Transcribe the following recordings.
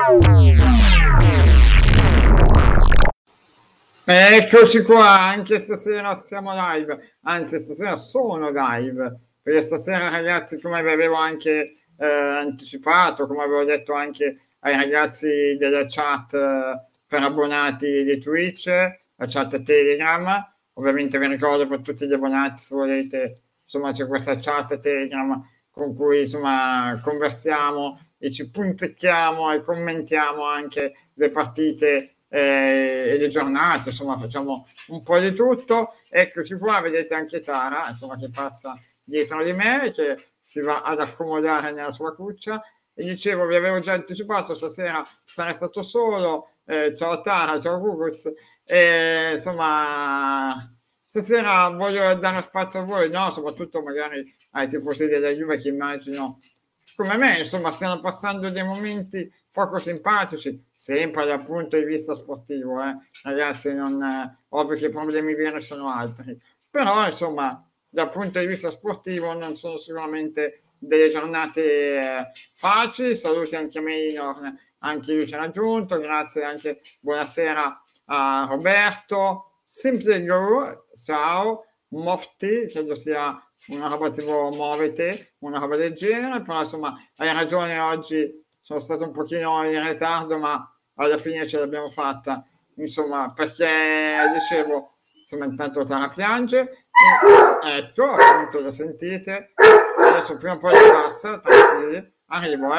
Eccoci qua, anche stasera siamo live, anzi stasera sono live, perché stasera ragazzi, come vi avevo anche anticipato, come avevo detto anche ai ragazzi della chat per abbonati di Twitch, la chat Telegram, ovviamente vi ricordo per tutti gli abbonati, se volete, insomma c'è questa chat Telegram con cui insomma conversiamo e ci punzecchiamo e commentiamo anche le partite e le giornate, insomma facciamo un po' di tutto. Eccoci qua, vedete anche Tara, insomma, che passa dietro di me, che si va ad accomodare nella sua cuccia. E dicevo, vi avevo già anticipato, stasera sarei stato solo. Ciao Tara, ciao Guguz. Insomma, stasera voglio dare spazio a voi, no? Soprattutto magari ai tifosi della Juve che immagino come me, insomma, stiano passando dei momenti poco simpatici, sempre dal punto di vista sportivo, ragazzi, non, ovvio che i problemi veri sono altri, però insomma, dal punto di vista sportivo non sono sicuramente delle giornate facili. Saluti anche a Maynor, anche lui ci ha raggiunto, grazie anche, buonasera a Roberto, Simple Guru, ciao, Mofti, credo sia una roba tipo muovete, una roba del genere, però insomma hai ragione, oggi sono stato un pochino in ritardo, ma alla fine ce l'abbiamo fatta, insomma, perché dicevo, insomma, intanto Tara piange, ecco, appunto lo sentite, adesso prima o poi passa, tranquilli, arrivo,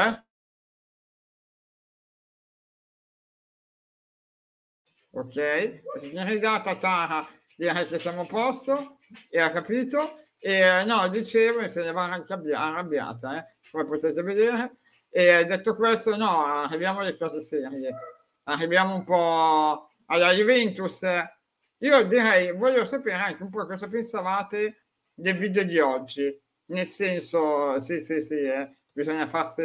ok, ridata Tara, direi che siamo a posto, e ha capito, e no, dicevo, se ne va anche arrabbiata, come potete vedere, e detto questo, no, arriviamo alle cose serie, arriviamo un po' alla Juventus. Io direi, voglio sapere anche un po' cosa pensavate del video di oggi, nel senso, sì, sì, sì, bisogna farsi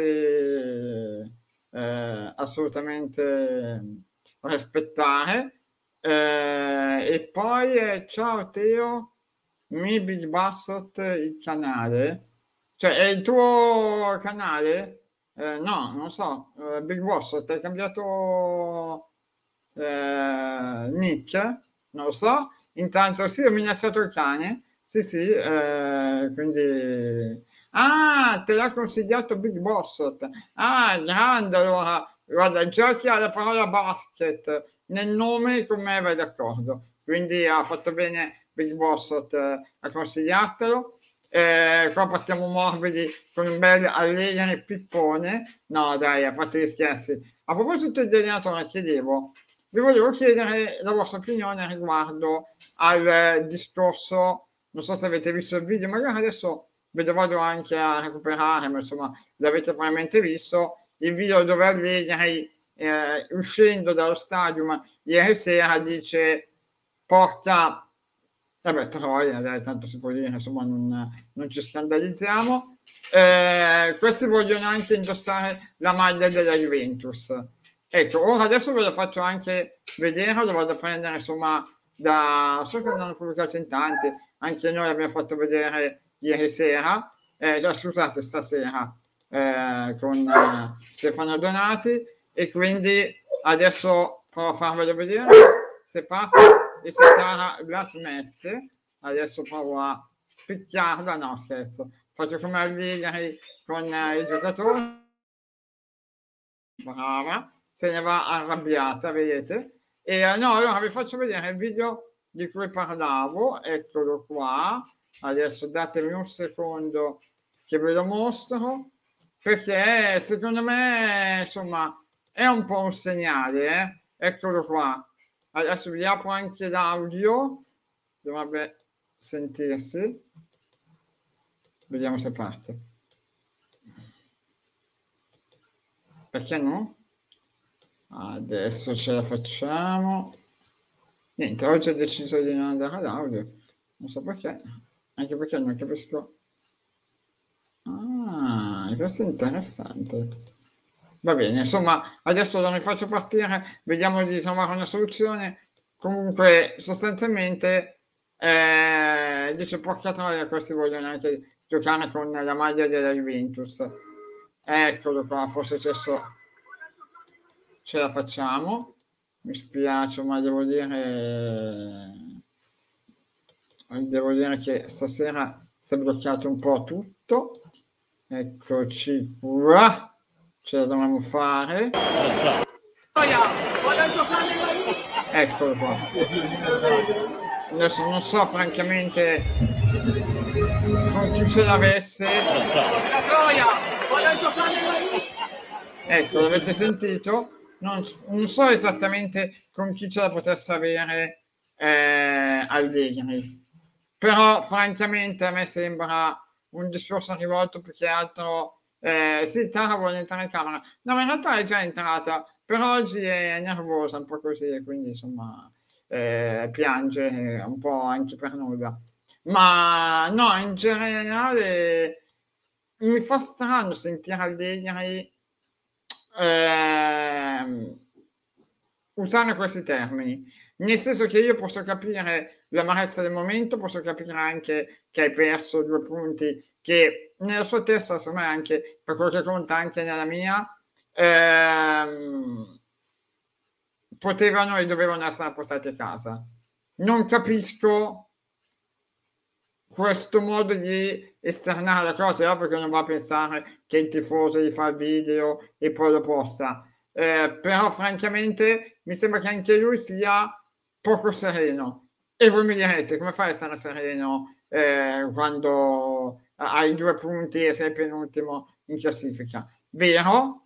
assolutamente rispettare. E poi ciao Teo, mi Big Bassot il canale, cioè è il tuo canale? No, non so, Big Bassot hai cambiato nick? Non lo so. Intanto sì, ho minacciato il cane, sì sì, quindi... Ah, te l'ha consigliato Big Bossot. Ah, grande allora. Guarda, già che ha la parola basket nel nome con me vai d'accordo. Quindi ha fatto bene Big Bossot a consigliartelo. Qua partiamo morbidi con un bel allenare pippone. No, dai, a parte gli scherzi. A proposito di allenatore, chiedevo, vi volevo chiedere la vostra opinione riguardo al discorso, non so se avete visto il video, magari adesso ve lo vado anche a recuperare, ma insomma l'avete probabilmente visto, il video dove Allegri uscendo dallo stadium ieri sera dice porca, vabbè troia, dai, tanto si può dire, insomma non ci scandalizziamo. Questi vogliono anche indossare la maglia della Juventus. Ecco, ora adesso ve lo faccio anche vedere, lo vado a prendere insomma da... so che l'hanno pubblicato in tanti, anche noi l'abbiamo fatto vedere ieri sera, già scusate, stasera, con Stefano Donati, e quindi adesso provo a farvelo vedere, se parte e se Tara la smette, adesso provo a picchiarla, no scherzo, faccio come Allegri con i giocatori, brava, se ne va arrabbiata, vedete? E no, allora vi faccio vedere il video di cui parlavo, eccolo qua, adesso datemi un secondo che ve lo mostro, perché secondo me, insomma, è un po' un segnale, eccolo qua. Adesso vi apro anche l'audio, dovrebbe sentirsi, vediamo se parte. Perché no? Adesso ce la facciamo. Niente, oggi ho deciso di non andare all'audio, non so perché, anche perché non capisco. Ah, questo è interessante. Va bene, insomma, adesso lo rifaccio partire, vediamo di trovare una soluzione. Comunque, sostanzialmente, dice porca troia, questi vogliono anche giocare con la maglia della Juventus. Eccolo qua, forse c'è so. ce la facciamo. Mi spiace, ma devo dire che stasera si è bloccato un po' tutto. Eccoci qua, ce la dovremmo fare. Eccolo qua. Adesso non so francamente con chi ce l'avesse. Ecco, l'avete sentito? Non so esattamente con chi ce la potesse avere Allegri, però francamente a me sembra un discorso rivolto più che altro. Sì, Tara vuole entrare in camera, no, ma in realtà è già entrata, però oggi è nervosa, un po' così, e quindi insomma piange un po' anche per nulla. Ma no, in generale mi fa strano sentire Allegri ehm, usare questi termini, nel senso che io posso capire l'amarezza del momento, posso capire anche che hai perso 2 punti, che nella sua testa, secondo me, anche per quello che conta, anche nella mia, potevano e dovevano essere portati a casa. Non capisco questo modo di esternare la cosa, è ovvio che non va a pensare che il tifoso gli fa il video e poi lo posta. Però francamente mi sembra che anche lui sia poco sereno. E voi mi direte, come fai a essere sereno quando hai 2 punti e sei penultimo in classifica? Vero?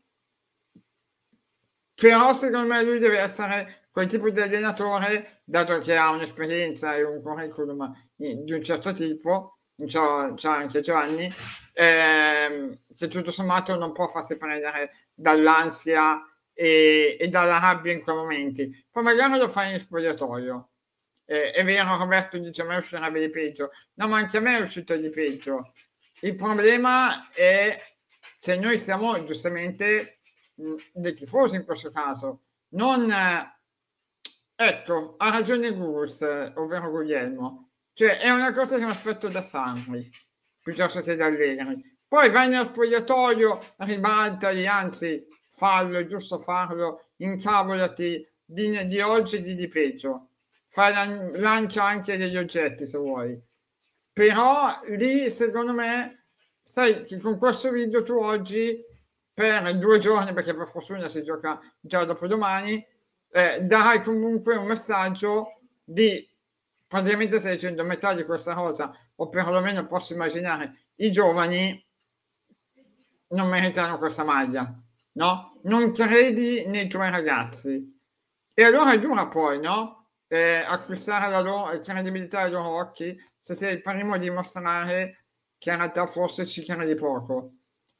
Però secondo me lui deve essere quel tipo di allenatore, dato che ha un'esperienza e un curriculum di un certo tipo, c'ha anche Giovanni, che tutto sommato non può farsi prendere dall'ansia e dalla rabbia in quei momenti. Poi magari lo fa in spogliatoio. È vero, Roberto dice a me uscirebbe di peggio. No, ma anche a me è uscito di peggio. Il problema è che noi siamo giustamente dei tifosi in questo caso, non ecco, ha ragione Gurs, ovvero Guglielmo, cioè è una cosa che mi aspetto da Sarri piuttosto che da Allegri. Poi vai nello spogliatoio, ribaltali, anzi fallo, è giusto farlo, incavolati di oggi e di peggio, lancia anche degli oggetti se vuoi, però lì secondo me, sai che con questo video tu oggi per 2 giorni, perché per fortuna si gioca già dopodomani, darai comunque un messaggio di praticamente stai dicendo metà di questa cosa, o perlomeno posso immaginare i giovani non meritano questa maglia, no? Non credi nei tuoi ragazzi. E allora è dura poi, no? Acquistare la loro credibilità ai loro occhi se sei il primo a dimostrare che in realtà forse ci credi poco.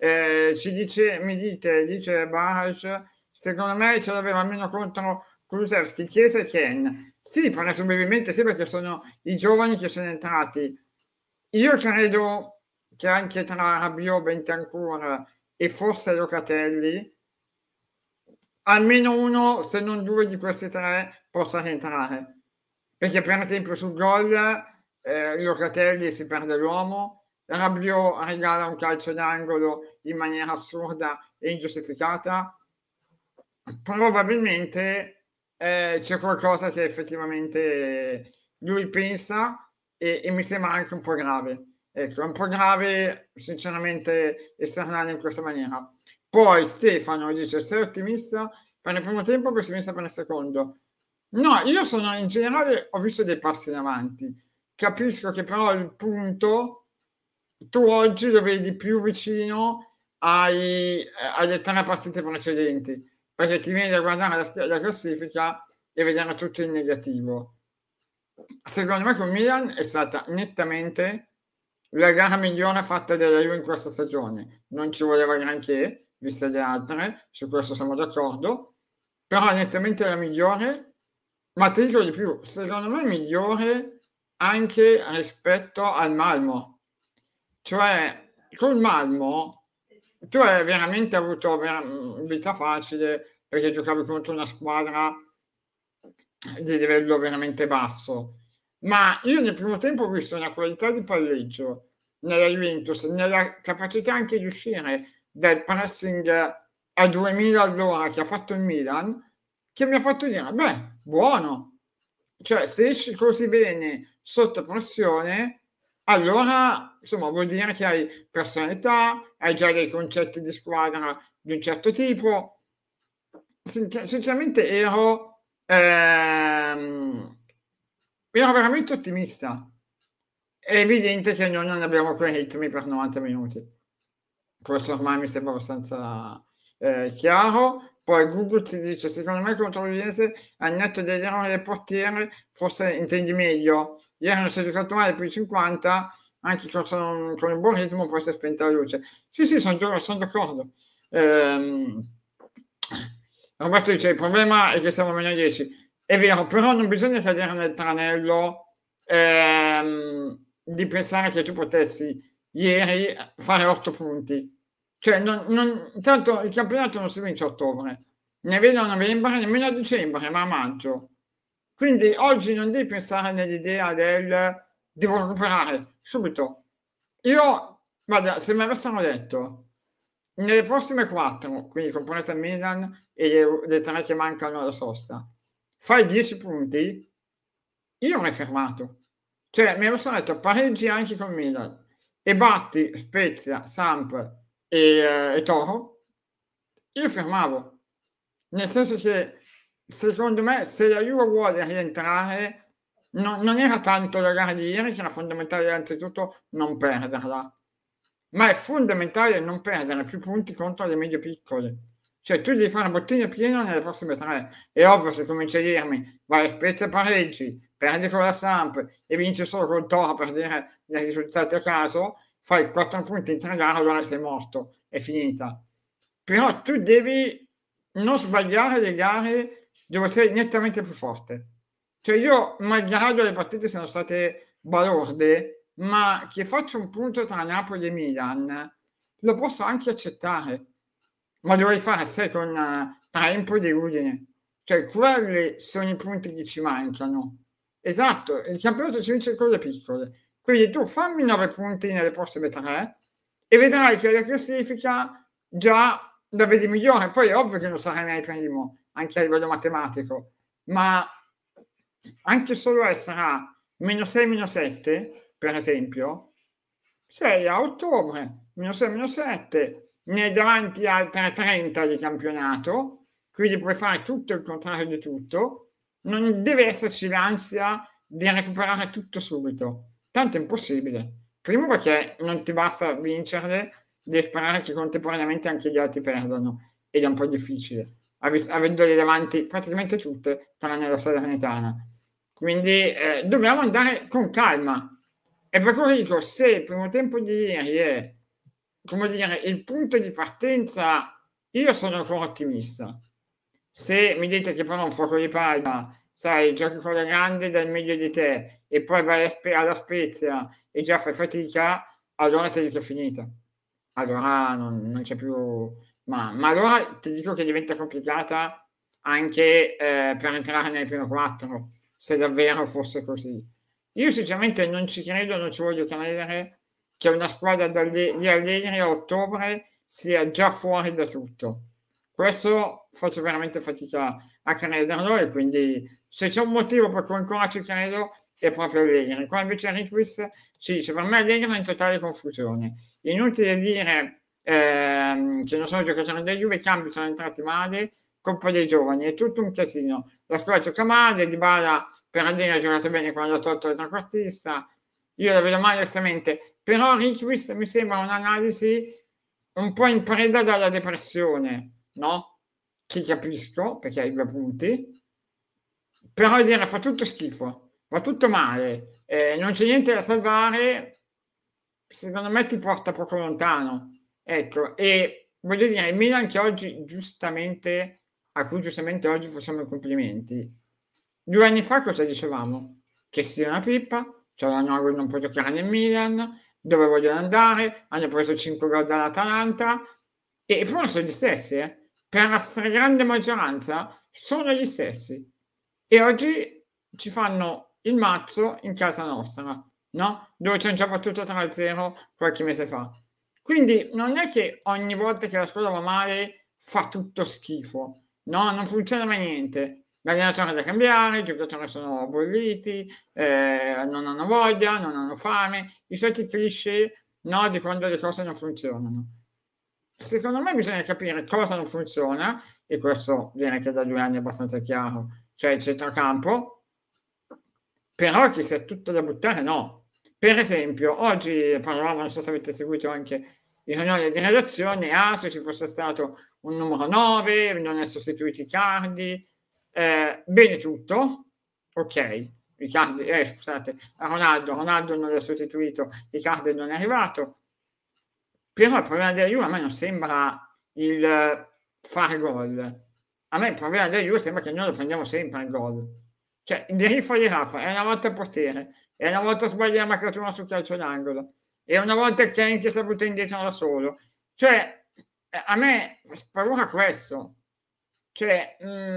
Dice Baraj, secondo me ce l'aveva almeno contro Kulusevski, Chiesa e Ken. Sì, presumibilmente sì, perché sono i giovani che sono entrati. Io credo che anche tra Rabiot, Bentancur e forse Locatelli, almeno uno, se non due di questi tre, possa rientrare. Perché per esempio sul gol Locatelli si perde l'uomo, Rabiot regala un calcio d'angolo in maniera assurda e ingiustificata. Probabilmente c'è qualcosa che effettivamente lui pensa e mi sembra anche un po' grave. Ecco, è un po' grave sinceramente esternare in questa maniera. Poi Stefano dice: sei ottimista per il primo tempo o pessimista per il secondo? No, io sono in generale, ho visto dei passi in avanti. Capisco che però il punto tu oggi lo vedi più vicino alle 3 partite precedenti, perché ti vieni a guardare la classifica e vedere tutto in negativo. Secondo me con Milan è stata nettamente la gara migliore fatta della Juve in questa stagione. Non ci voleva granché, viste le altre, su questo siamo d'accordo, però è nettamente la migliore, ma ti dico di più, secondo me è migliore anche rispetto al Malmo. Cioè, col Malmo tu hai veramente avuto vita facile perché giocavi contro una squadra di livello veramente basso. Ma io nel primo tempo ho visto una qualità di palleggio nella Juventus, nella capacità anche di uscire dal pressing a 2000 all'ora che ha fatto il Milan, che mi ha fatto dire, beh, buono, cioè se esci così bene sotto pressione, allora insomma vuol dire che hai personalità, hai già dei concetti di squadra di un certo tipo. Sinceramente ero veramente ottimista. È evidente che noi non abbiamo quei ritmi per 90 minuti. Questo ormai mi sembra abbastanza chiaro. Poi Google ti dice, secondo me contro l'Udinese, al netto degli errori del portiere, forse intendi meglio. Ieri non si è giocato male più di 50, anche con un buon ritmo poi si è spenta la luce. Sì, sì, sono d'accordo. Ehm, Roberto dice, il problema è che siamo a meno 10. È vero, però non bisogna cadere nel tranello di pensare che tu potessi ieri fare 8 punti. Cioè, tanto il campionato non si vince a ottobre, ne vedo a novembre, nemmeno a dicembre, ma a maggio. Quindi oggi non devi pensare nell'idea del devo recuperare subito. Io, guarda, se mi avessero detto nelle prossime 4, quindi compresa il Milan e le 3 che mancano alla sosta, fai 10 punti, io avrei fermato. Cioè, mi avessero detto pareggi anche con Milan e batti Spezia, Samp e Toro, io fermavo. Nel senso che, secondo me, se la Juve vuole rientrare, non era tanto la gara di ieri, che era fondamentale innanzitutto non perderla, ma è fondamentale non perdere più punti contro le medie piccole. Cioè, tu devi fare una bottiglia piena nelle prossime 3. È ovvio se cominci a dirmi, vai a Spezia pareggi, perdi con la Samp e vinci solo col Toro per dire i risultati a caso, fai 4 punti in 3 gare, allora sei morto, è finita. Però tu devi non sbagliare le gare dove sei nettamente più forte. Cioè io, malgrado le partite siano state balorde, ma che faccio un punto tra Napoli e Milan, lo posso anche accettare. Ma dovrei fare 6 con Empoli e Udine. Cioè, quelli sono i punti che ci mancano. Esatto, il campionato si vince con le piccole. Quindi tu fammi 9 punti nelle prossime 3 e vedrai che la classifica già la vedi migliore. Poi è ovvio che non sarai mai primo, anche a livello matematico, ma anche solo essere a meno 6, meno 7, per esempio, sei a ottobre, meno 6, meno 7, ne hai davanti altre 30 di campionato, quindi puoi fare tutto il contrario di tutto, non deve esserci l'ansia di recuperare tutto subito, tanto è impossibile. Primo perché non ti basta vincerle, devi sperare che contemporaneamente anche gli altri perdano, ed è un po' difficile, avendole davanti praticamente tutte, tranne la Salernitana. Quindi dobbiamo andare con calma. E per cui dico, se il primo tempo di ieri è, come dire, il punto di partenza, io sono ancora ottimista. Se mi dite che però un fuoco di paglia, sai, giochi con la grande dal meglio di te e poi vai alla Spezia e già fai fatica, allora ti dico che è finita. Allora non c'è più... Ma allora ti dico che diventa complicata anche per entrare nelle prime 4, se davvero fosse così. Io sinceramente non ci credo, non ci voglio credere che una squadra di Allegri a ottobre sia già fuori da tutto. Questo faccio veramente fatica a crederlo e quindi se c'è un motivo per cui ancora ci credo è proprio Allegri. Qua invece Riquis ci dice per me Allegri è in totale confusione. Inutile dire che non sono giocatori della Juve, i cambi sono entrati male, colpa dei giovani, è tutto un casino. La squadra gioca male, Dybala per Allegri ha giocato bene quando ha tolto il trequartista, io la vedo male onestamente, però Riquis mi sembra un'analisi un po' in preda dalla depressione, no? Che capisco, perché hai 2 punti, però dire fa tutto schifo, va tutto male, non c'è niente da salvare, secondo me ti porta poco lontano. Ecco, e voglio dire, il Milan che oggi giustamente, a cui giustamente oggi facciamo i complimenti, 2 anni fa cosa dicevamo? Che sia una pippa, cioè la Noro non può giocare nel Milan, dove vogliono andare, hanno preso 5 gol dall'Atalanta, e furono sono gli stessi, eh? Per la stragrande maggioranza sono gli stessi. E oggi ci fanno il mazzo in casa nostra, no? Dove ci hanno già battuto 3-0 qualche mese fa. Quindi non è che ogni volta che la squadra va male fa tutto schifo. No, non funziona mai niente. L'allenatore è da cambiare, i giocatori sono bolliti, non hanno voglia, non hanno fame, i soliti cliché, no, di quando le cose non funzionano. Secondo me bisogna capire cosa non funziona, e questo viene che da 2 anni è abbastanza chiaro, cioè il centrocampo, però che sia tutto da buttare no. Per esempio, oggi parlavamo, non so se avete seguito anche il riunione di redazione, se ci fosse stato un numero 9, non è sostituito Icardi, bene tutto, ok, Icardi, scusate, Ronaldo non è sostituito, Icardi non è arrivato, però il problema della Juve a me non sembra il fare gol. A me il problema della Juve sembra che noi lo prendiamo sempre il gol. Cioè, il deriffo di Rafa è una volta il portiere, è una volta sbaglia la marcatura sul calcio d'angolo, e una volta il Kane che si butta indietro da solo. Cioè, a me spavora questo. Cioè,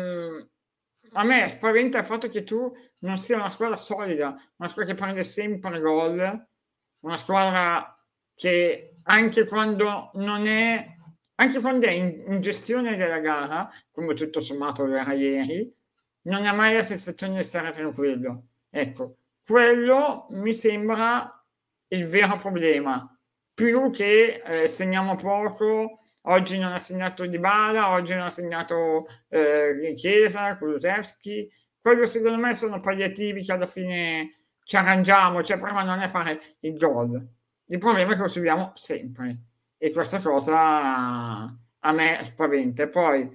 a me spaventa il fatto che tu non sia una squadra solida, una squadra che prende sempre gol, una squadra che anche quando non è, anche quando è in gestione della gara, come tutto sommato lo era ieri, non ha mai la sensazione di stare tranquillo. Ecco, quello mi sembra il vero problema. Più che segniamo poco, oggi non ha segnato Dybala, oggi non ha segnato Chiesa, Kulusevski. Quello secondo me sono palliativi che alla fine ci arrangiamo, cioè il problema non è fare il gol, il problema è che lo subiamo sempre, e questa cosa a me spaventa. E poi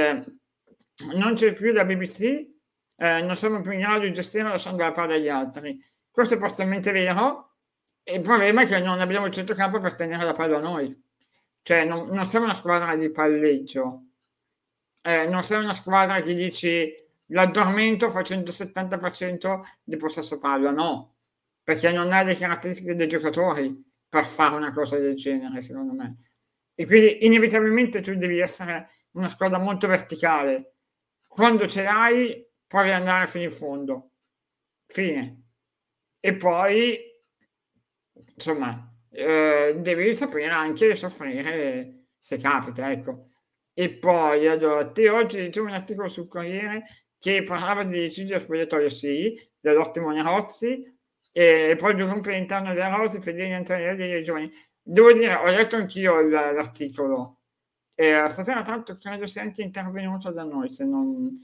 non c'è più la BBC, non siamo più in grado di gestire lasciando la palla agli altri. Questo è parzialmente vero, e il problema è che non abbiamo il centrocampo per tenere la palla a noi. Cioè, non siamo una squadra di palleggio, non siamo una squadra che dici l'addormento facendo il 70% di possesso palla, no, perché non ha le caratteristiche dei giocatori per fare una cosa del genere, secondo me. E quindi inevitabilmente tu devi essere una squadra molto verticale. Quando ce l'hai, provi ad andare fino in fondo. Fine. E poi, insomma, devi sapere anche soffrire se capita, ecco. E poi, allora, te oggi leggevo un articolo sul Corriere che parlava di decidere spogliatoio, sì, dell'ottimo Nerozzi, e poi giù rompe all'interno della Rossi, Fedeli Antonelli e giovani. Devo dire, ho letto anch'io l'articolo, e stasera tra l'altro credo sia anche intervenuto da noi, se non...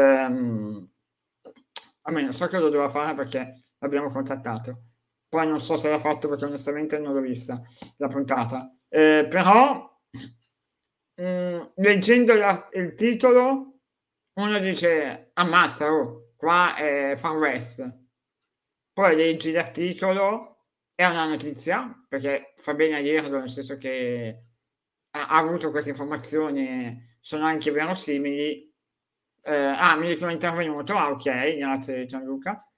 almeno so che lo doveva fare perché l'abbiamo contattato. Poi non so se l'ha fatto perché onestamente non l'ho vista la puntata. Però leggendo il titolo uno dice ammazza, oh, qua è Far West. Poi leggi l'articolo, è una notizia, perché fa bene a dirlo, nel senso che ha avuto queste informazioni, sono anche verosimili. Mi dicono è intervenuto, ok, grazie Gianluca.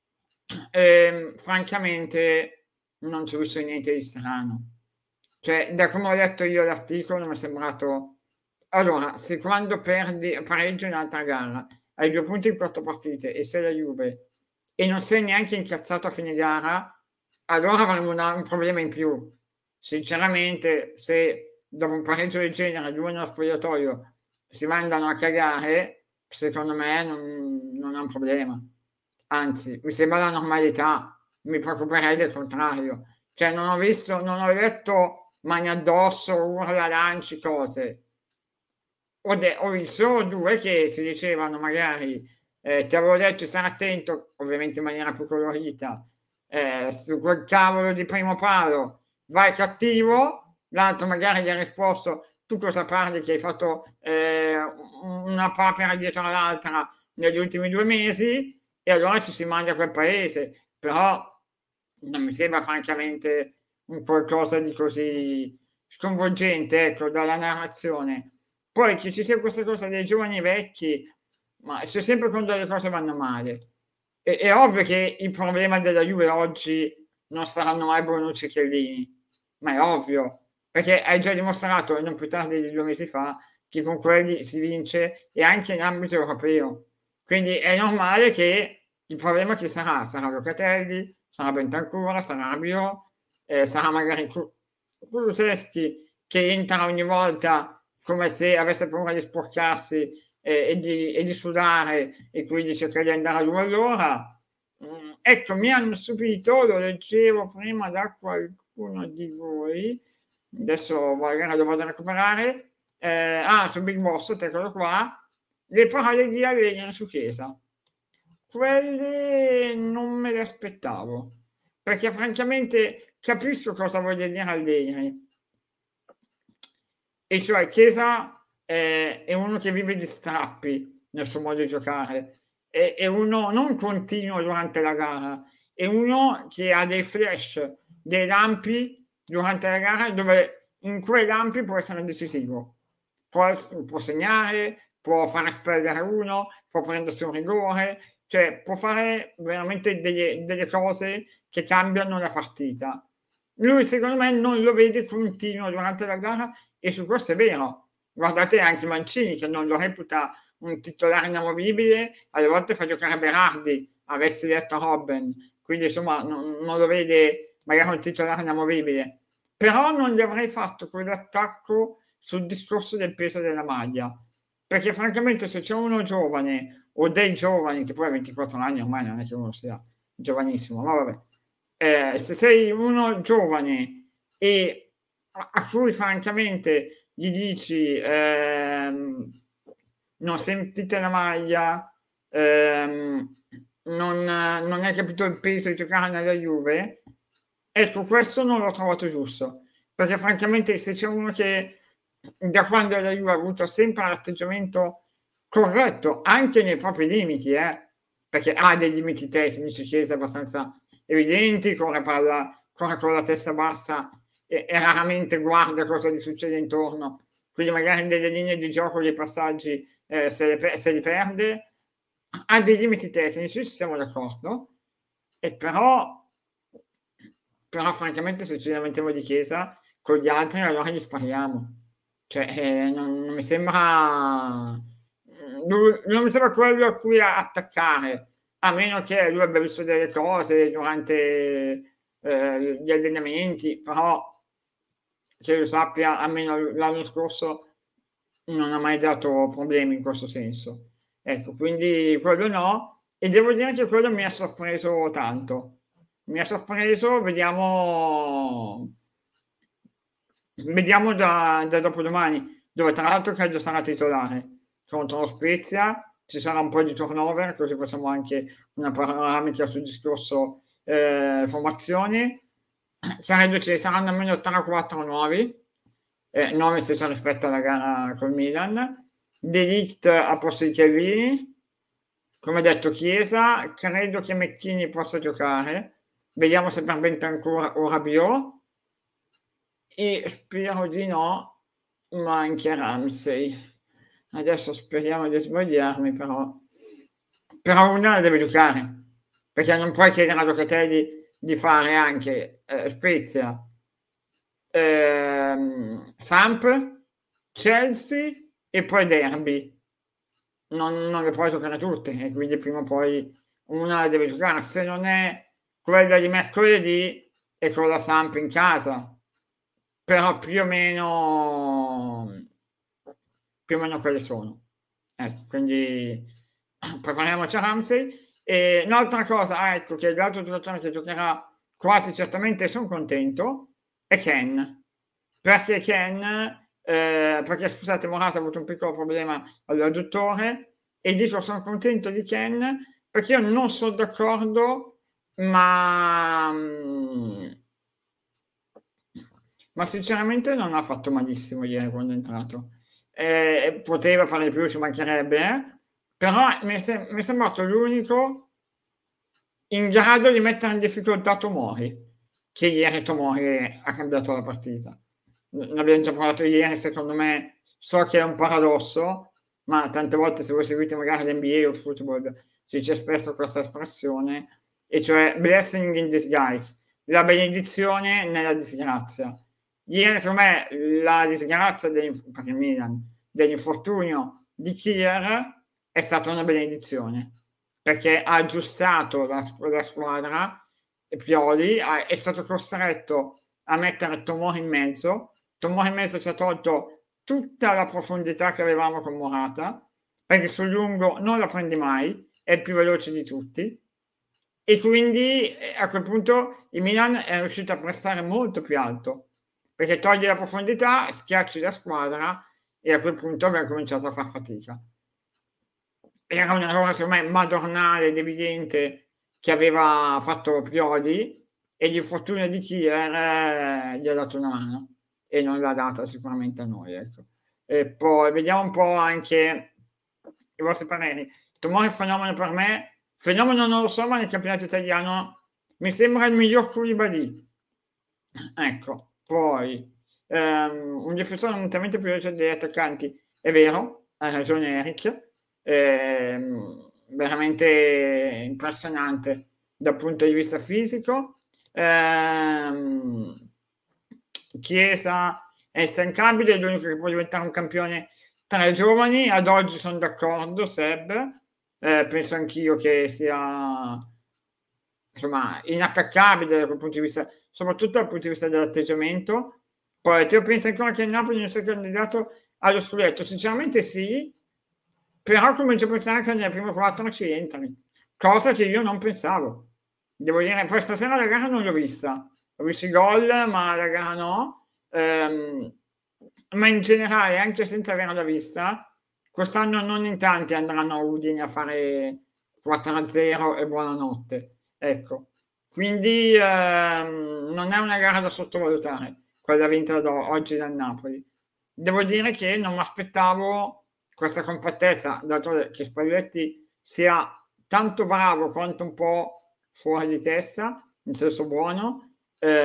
Francamente non ci ho visto niente di strano. Cioè, da come ho letto io l'articolo mi è sembrato... Allora, se quando pareggi un'altra gara, hai 2 punti in 4 partite e sei la Juve e non sei neanche incazzato a fine gara, allora avremo un problema in più. Sinceramente, se dopo un pareggio del genere 2 nello spogliatoio si mandano a cagare, secondo me non è un problema. Anzi, mi sembra la normalità, mi preoccuperei del contrario. Cioè, non ho letto mani addosso, urla, lanci, cose. Ho visto 2 che si dicevano magari, ti avevo detto stare attento, ovviamente in maniera più colorita, su quel cavolo di primo palo, vai cattivo, l'altro magari gli ha risposto, tu cosa parli che hai fatto una papera dietro l'altra negli ultimi 2 mesi, e allora ci si manda a quel paese, però non mi sembra francamente un qualcosa di così sconvolgente, ecco, dalla narrazione. Poi che ci sia questa cosa dei giovani e vecchi, ma c'è sempre quando le cose vanno male. È ovvio che il problema della Juve oggi non saranno mai Bonucci e Chiellini, ma è ovvio, perché hai già dimostrato, e non più tardi di 2 mesi fa, che con quelli si vince, e anche in ambito europeo. Quindi è normale che il problema che sarà? Sarà Locatelli, sarà Bentancur, sarà Rabiot, sarà magari Kulusevski che entra ogni volta come se avesse paura di sporcarsi e di sudare e quindi cerca di andare a lui all'ora. Ecco, mi hanno stupito, lo leggevo prima da qualcuno di voi, adesso magari lo vado a recuperare, su Big Boss, eccolo qua, le parole di Allegri su Chiesa. Quelle non me le aspettavo, perché francamente capisco cosa voglia dire Allegri. E cioè Chiesa è uno che vive di strappi nel suo modo di giocare, è uno non continuo durante la gara, è uno che ha dei flash, dei lampi durante la gara dove in quei lampi può essere decisivo. Può segnare, può far espellere uno, può prendersi un rigore, cioè può fare veramente delle cose che cambiano la partita. Lui secondo me non lo vede continuo durante la gara e su questo è vero. Guardate anche Mancini che non lo reputa un titolare inamovibile, alle volte fa giocare Berardi, avessi detto Robben, quindi insomma non lo vede magari un titolare inamovibile. Però non gli avrei fatto quell'attacco sul discorso del peso della maglia, perché francamente se c'è uno giovane o dei giovani, che poi a 24 anni ormai non è che uno sia giovanissimo, ma vabbè, se sei uno giovane e a cui francamente gli dici non sentite la maglia, non hai capito il peso di giocare nella Juve, ecco questo non l'ho trovato giusto, perché francamente se c'è uno che da quando la Juve ha avuto sempre l'atteggiamento corretto, anche nei propri limiti, perché ha dei limiti tecnici, Chiesa abbastanza evidenti, corre con la testa bassa e raramente guarda cosa gli succede intorno, quindi magari delle linee di gioco, dei passaggi se li perde, ha dei limiti tecnici, ci siamo d'accordo, e però francamente se ci lamentiamo di Chiesa, con gli altri allora gli spariamo. Cioè, non mi sembra... Non mi sembra quello a cui attaccare, a meno che lui abbia visto delle cose durante gli allenamenti, però che io sappia, almeno l'anno scorso non ha mai dato problemi in questo senso. Ecco, quindi quello no, e devo dire che quello mi ha sorpreso tanto. Mi ha sorpreso, vediamo da dopodomani, dove tra l'altro credo sarà titolare contro lo Spezia, ci sarà un po' di turnover, così facciamo anche una panoramica sul discorso formazioni. Credo ci saranno almeno 3 o 4 nuovi, 9 se si rispetta alla gara col Milan. De Ligt a posto di Chiellini, come detto Chiesa, credo che McKennie possa giocare, vediamo se per Bentancur o Rabiot, e spero di no, ma anche Ramsey. Adesso speriamo di sbagliarmi, però una deve giocare, perché non puoi chiedere a Locatelli di fare anche Spezia, Samp, Chelsea e poi Derby. Non le puoi giocare tutte e quindi prima o poi una la deve giocare, se non è quella di mercoledì è con la Samp in casa, però più o meno quelle sono, ecco, quindi prepariamoci a Ramsey. E un'altra cosa, ecco, che l'altro giocatore che giocherà quasi certamente, sono contento, è Ken, perché scusate, Morata ha avuto un piccolo problema all'adduttore e dico sono contento di Ken perché io non sono d'accordo, ma sinceramente non ha fatto malissimo ieri quando è entrato. Poteva fare di più, ci mancherebbe, però mi è sembrato l'unico in grado di mettere in difficoltà Tomori, che ieri Tomori ha cambiato la partita. L'abbiamo già parlato ieri, secondo me, so che è un paradosso, ma tante volte se voi seguite magari l'NBA o il football si dice spesso questa espressione, e cioè blessing in disguise, la benedizione nella disgrazia. Ieri, secondo me, la disgrazia per il Milan dell'infortunio di Kier è stata una benedizione, perché ha aggiustato la squadra e Pioli è stato costretto a mettere Tomori in mezzo. Tomori in mezzo ci ha tolto tutta la profondità che avevamo con Morata, perché sul lungo non la prendi mai, è il più veloce di tutti, e quindi a quel punto il Milan è riuscito a pressare molto più alto, perché togli la profondità, schiacci la squadra e a quel punto abbiamo cominciato a far fatica. Era un errore secondo me madornale ed evidente che aveva fatto Pioli, e l'infortunio di Kier gli ha dato una mano e non l'ha data sicuramente a noi, ecco. E poi vediamo un po' anche i vostri pareri. Tomori è un fenomeno per me, fenomeno non lo so, ma nel campionato italiano mi sembra il miglior Koulibaly. Ecco, poi un difensore nettamente più veloce degli attaccanti, è vero, ha ragione Eric, veramente impressionante dal punto di vista fisico. Chiesa è instancabile, è l'unico che può diventare un campione tra i giovani. Ad oggi sono d'accordo, Seb, penso anch'io che sia insomma inattaccabile da quel punto di vista, soprattutto dal punto di vista dell'atteggiamento. Poi io penso ancora che il Napoli non sia candidato allo scudetto, sinceramente sì, però comincio a pensare che nelle prime quattro ci entri, cosa che io non pensavo. Devo dire, poi stasera la gara non l'ho vista, ho visto i gol, ma la gara no. Ma in generale, anche senza averla vista, quest'anno non in tanti andranno a Udine a fare 4-0 e buonanotte. Ecco, quindi non è una gara da sottovalutare, quella vinta oggi dal Napoli. Devo dire che non mi aspettavo questa compattezza, dato che Spalletti sia tanto bravo quanto un po' fuori di testa, in senso buono,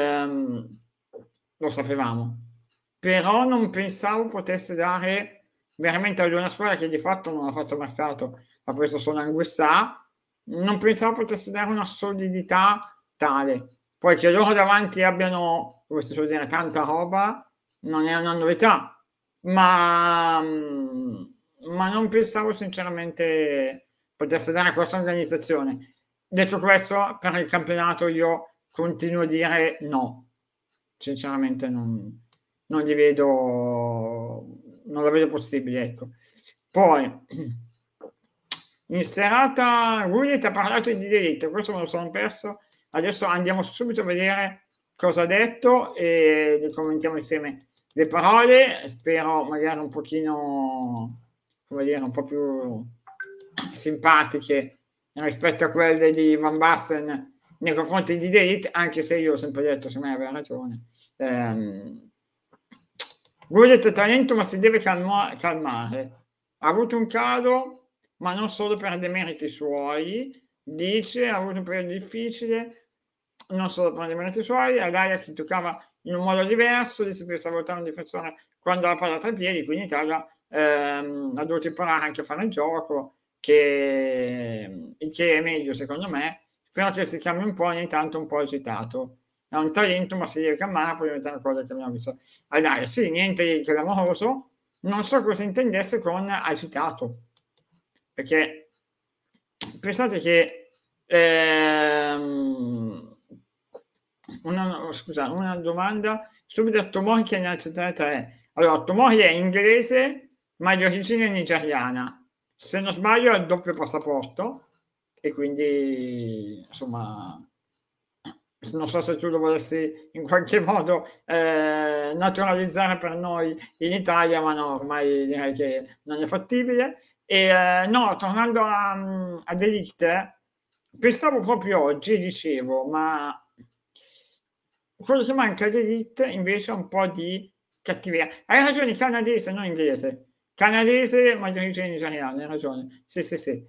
lo sapevamo. Però non pensavo potesse dare veramente ad una squadra che di fatto non ha fatto mercato, ha preso solo Anguissà, non pensavo potesse dare una solidità tale. Poi che loro davanti abbiano, come si suol dire, tanta roba, non è una novità, ma non pensavo sinceramente potesse dare questa organizzazione. Detto questo, per il campionato io continuo a dire no, sinceramente non li vedo, non lo vedo possibile, ecco. Poi, in serata, Gullit ha parlato di diritto, questo me lo sono perso, adesso andiamo subito a vedere cosa ha detto e ne commentiamo insieme le parole, spero magari un pochino, come dire, un po' più simpatiche rispetto a quelle di Van Basten nei confronti di Delete, anche se io ho sempre detto, se me aveva ragione. Gullit è talento, ma si deve calmare. Ha avuto un calo, ma non solo per demeriti suoi. Dice, ha avuto un periodo difficile, non solo per demeriti suoi. All'Ajax si giocava in un modo diverso, di saper salutare un difensore quando la palla tra i piedi, qui in Italia ha dovuto imparare anche a fare il gioco, che è meglio secondo me. Spero che si chiami un po', ogni tanto un po' agitato. È un talento, ma si deve calmare, poi diventa una cosa che abbiamo visto. Allora, sì, niente di clamoroso, non so cosa intendesse con agitato, perché pensate che una domanda subito a Tomori che ne ha accettata tre. Allora, Tomori è inglese, ma di origine nigeriana. Se non sbaglio ha il doppio passaporto e quindi, insomma, non so se tu lo volessi in qualche modo naturalizzare per noi in Italia, ma no, ormai direi che non è fattibile. E no, tornando a Delict, pensavo proprio oggi, dicevo, ma quello che manca a Delict invece è un po' di cattiveria. Hai ragione, canadese, non inglese. Canadese, ma di origine nigeriana, hai ragione. Sì, sì, sì.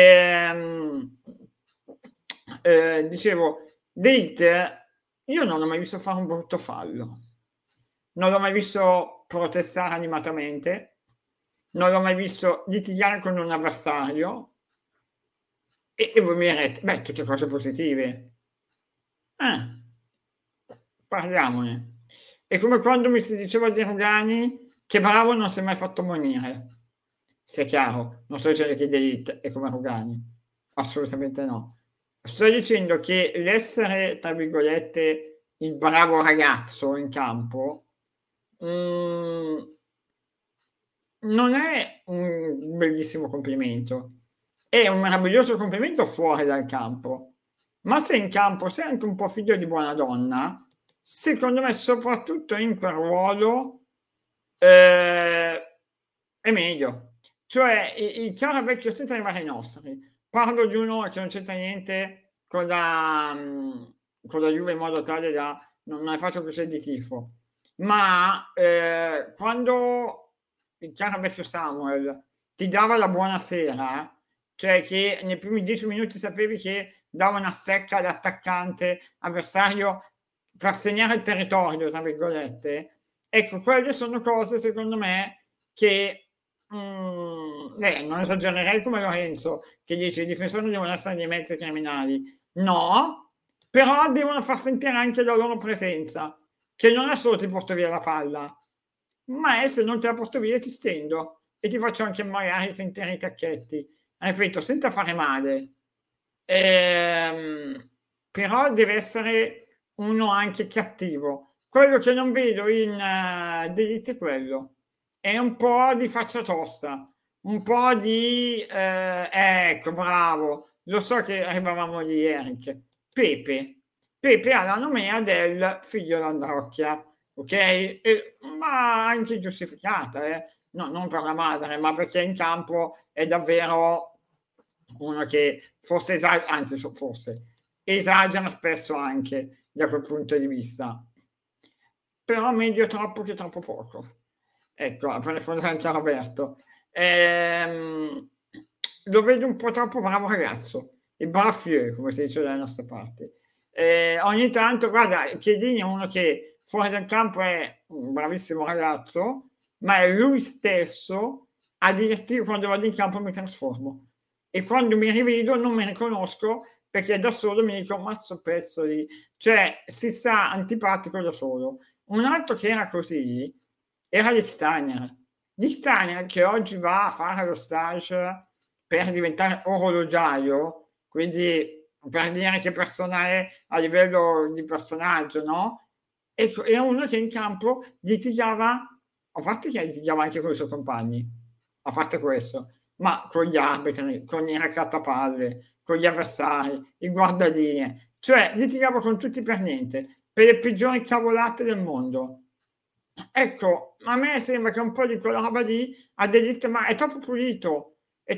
Dicevo, Date, io non l'ho mai visto fare un brutto fallo, non l'ho mai visto protestare animatamente, non l'ho mai visto litigare con un avversario e voi mi direte, beh, tutte cose positive. Eh, parliamone. È come quando mi si diceva di Rugani che bravo non si è mai fatto morire. Sia chiaro, non sto dicendo che Delete è come Rugani, assolutamente no. Sto dicendo che l'essere, tra virgolette, il bravo ragazzo in campo, mm, non è un bellissimo complimento, è un meraviglioso complimento fuori dal campo, ma se in campo sei anche un po' figlio di buona donna, secondo me soprattutto in quel ruolo Ehm, è meglio. Cioè, il chiaro vecchio senza arrivare ai nostri. Parlo di uno che non c'entra niente con la Juve in modo tale da non hai fatto così di tifo. Ma, quando il chiaro vecchio Samuel ti dava la buonasera, cioè che nei primi 10 minuti sapevi che dava una stecca all'attaccante avversario per segnare il "territorio", tra virgolette, ecco, quelle sono cose secondo me che, non esagererei come Lorenzo che dice: "I difensori devono essere dei mezzi criminali". No, però devono far sentire anche la loro presenza, che non è solo ti porto via la palla, ma è se non te la porto via ti stendo e ti faccio anche magari sentire i tacchetti. Ripeto, senza fare male. Ehm, Però deve essere uno anche cattivo. Quello che non vedo in De Ligt è quello. È un po' di faccia tosta, un po' di ecco bravo, lo so che arrivavamo lì Eric. Pepe. Pepe ha la nomea del figlio d'Androcchia, okay, ma anche giustificata, no, non per la madre, ma perché in campo è davvero uno che forse anzi forse esagera spesso anche da quel punto di vista, però meglio troppo che troppo poco. Ecco, per rispondere anche a Roberto. Ehm, Lo vedo un po' troppo bravo ragazzo, il bravfieux, come si dice dalle nostre parti. Ogni tanto, guarda, Chiellini è uno che fuori dal campo è un bravissimo ragazzo, ma è lui stesso a dirti quando vado in campo mi trasformo. E quando mi rivedo non mi riconosco perché da solo mi dico, ma sto pezzo di... Cioè, si sta antipatico da solo. Un altro che era così era Lichtsteiner. Lichtsteiner che oggi va a fare lo stage per diventare orologiaio, quindi per dire che persona è a livello di personaggio, no? Ecco, era uno che in campo litigava, a parte che litigava anche con i suoi compagni, a parte questo, ma con gli arbitri, con i raccattapalle, con gli avversari, i guardalinee, cioè litigava con tutti per niente, per le peggiori cavolate del mondo. Ecco, a me sembra che un po' di quella roba lì a De Ligt, ma è troppo pulito, è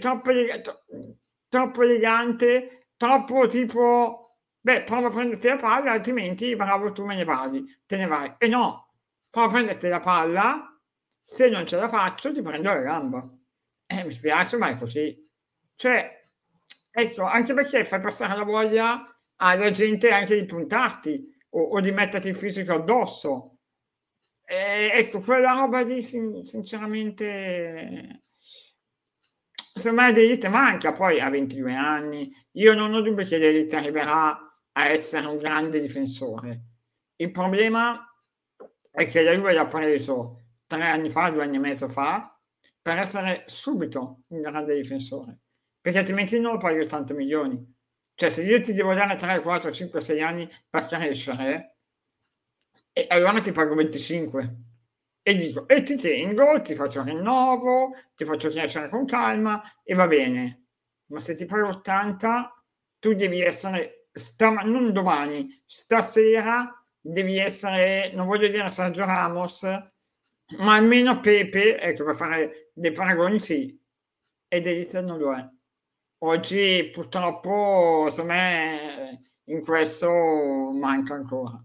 troppo elegante, troppo tipo: "Beh, prova a prenderti la palla, altrimenti bravo tu me ne vadi, te ne vai". E no, prova a prenderti la palla, se non ce la faccio ti prendo la gamba. Mi spiace, ma è così. Cioè, ecco, anche perché fai passare la voglia alla gente anche di puntarti o di metterti il fisico addosso. Ecco, quella roba lì sinceramente secondo me De Ligt manca, poi ha 22 anni, io non ho dubbi che De Ligt arriverà a essere un grande difensore. Il problema è che la Juve l'ha preso 3 anni fa, 2 anni e mezzo fa, per essere subito un grande difensore, perché altrimenti non lo paghi 80 milioni. Cioè se io ti devo dare 3, 4, 5, 6 anni per crescere, e allora ti pago 25 e dico e ti tengo, ti faccio il rinnovo, ti faccio crescere con calma e va bene. Ma se ti pago 80, tu devi essere non domani, stasera devi essere, non voglio dire Sergio Ramos, ma almeno Pepe, ecco, per fare dei paragoni sì, e De Ligt non lo è. Oggi purtroppo, secondo me, in questo manca ancora.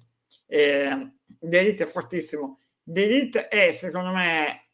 De Ligt è fortissimo. De Ligt è, secondo me,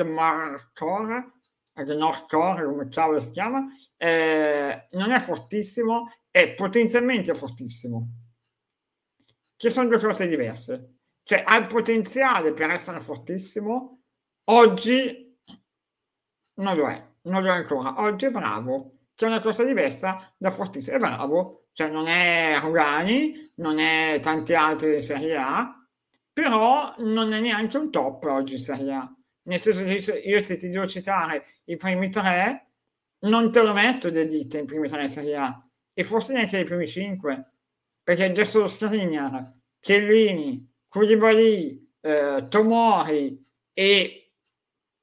Agmarcore, come cavolo si chiama, non è fortissimo, è potenzialmente fortissimo, che sono due cose diverse. Cioè, ha il potenziale per essere fortissimo, oggi non lo è, non lo è ancora. Oggi è bravo, che è una cosa diversa da fortissimo. È bravo, cioè non è Rugani, non è tanti altri in Serie A, però non è neanche un top oggi in Serie A. Nel senso che io se ti devo citare i primi tre, non te lo metto De Ligt in primi tre in Serie A, e forse neanche i primi cinque, perché adesso lo Skriniar, Chiellini, Koulibaly, Tomori e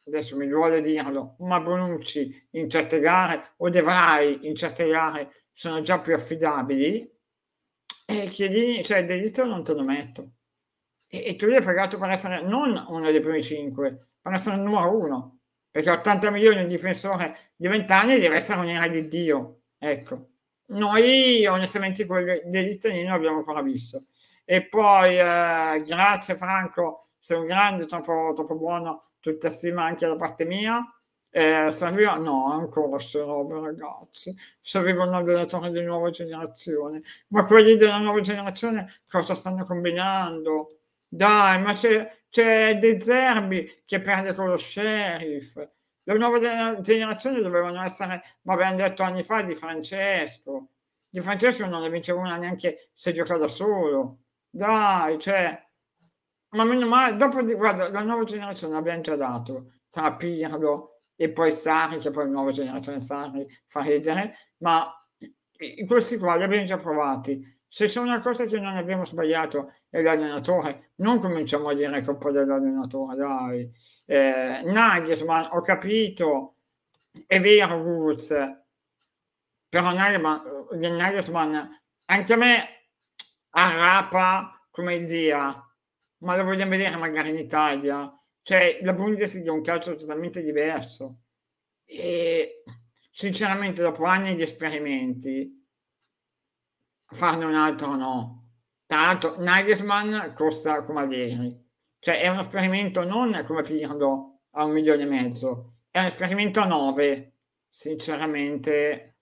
adesso mi duole dirlo, ma Bonucci in certe gare o De Vrij in certe gare sono già più affidabili, e Chiellini, cioè De Ligt non te lo metto. E tu gli hai pagato per essere non uno dei primi 5, per essere il numero 1, perché 80 milioni un difensore di 20 anni deve essere un'ira di Dio, ecco. Noi onestamente quel dell'Italia non l'abbiamo ancora visto. E poi grazie Franco, sei un grande, troppo buono, tutta stima anche da parte mia. Serviva, no, ancora queste robe ragazzi, serviva un allenatore di nuova generazione, ma quelli della nuova generazione cosa stanno combinando? Dai, ma c'è De Zerbi che perde con lo Sheriff. Le nuove generazioni dovevano essere, ma abbiamo detto anni fa, Di Francesco. Di Francesco non ne vinceva una neanche se gioca da solo. Dai, cioè, ma meno male, guarda, la nuova generazione l'abbiamo già dato, tra Pirlo e poi Sarri, che poi la nuova generazione Sarri fa ridere, ma questi qua li abbiamo già provati. Se c'è una cosa che non abbiamo sbagliato è l'allenatore, non cominciamo a dire colpa dell'allenatore, dai. Nagelsmann, ho capito, è vero, Guz, però Nagelsmann, anche a me arrapa come zia, ma lo vogliamo vedere magari in Italia. Cioè, la Bundesliga è un calcio totalmente diverso. E sinceramente, dopo anni di esperimenti, farne un altro no. Tra l'altro, Nagelsmann costa come Allegri. Cioè, è uno esperimento non come Pirlo a 1,5 milioni, è un esperimento a 9. Sinceramente,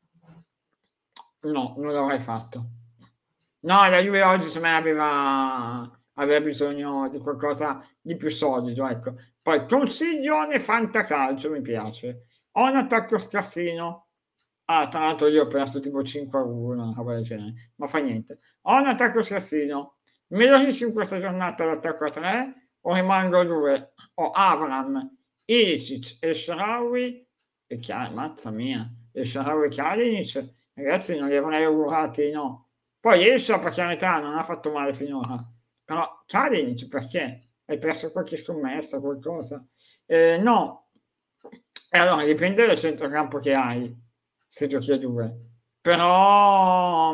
no, non l'avrei fatto. No, la Juve oggi secondo me aveva bisogno di qualcosa di più solido, ecco. Poi consiglione fantacalcio, mi piace. Ho un attacco scarsino. Ah, tra l'altro io ho perso tipo 5-1, una roba del genere, ma fa niente. Ho un attacco scarsino. Me lo dici in questa giornata l'attacco a 3 o rimango a 2? Ho Avram, Ilicic e Sharawi e mazza mia, e Sharawi e Kalinic, ragazzi non li avrei augurati, no. Poi Escia per carità non ha fatto male finora, però Kalinic perché? Hai perso qualche scommessa, qualcosa? No, e allora dipende dal centrocampo che hai, se giochi a 2. Però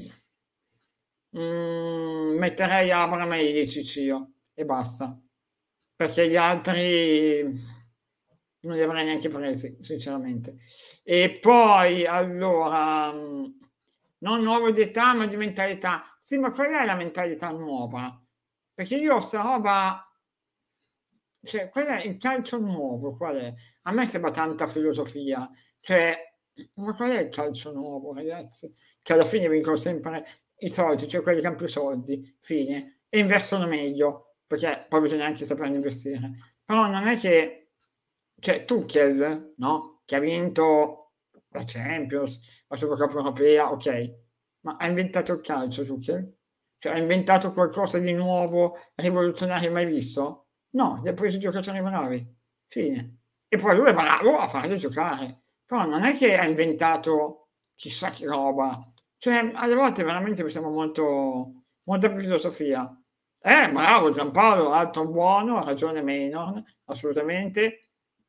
metterei Abraham e Ilicic io e basta, perché gli altri non li avrei neanche presi, sinceramente. E poi, allora, non nuovo di età, ma di mentalità. Sì, ma qual è la mentalità nuova? Perché io sta roba, cioè, qual è il calcio nuovo? Qual è? A me sembra tanta filosofia. Cioè, ma qual è il calcio nuovo, ragazzi? Che alla fine vincono sempre i soldi, cioè quelli che hanno più soldi, fine, e investono meglio, perché poi bisogna anche sapere investire. Però non è che, cioè, Tuchel, no? Che ha vinto la Champions, la Supercoppa europea, ok, ma ha inventato il calcio Tuchel? Cioè, ha inventato qualcosa di nuovo, rivoluzionario mai visto? No, gli ha preso i giocatori bravi, fine. E poi lui è bravo a farli giocare, però non è che ha inventato chissà che roba. Cioè, alle volte veramente siamo molta filosofia. Bravo Giampaolo, altro buono, ha ragione Maynor, assolutamente.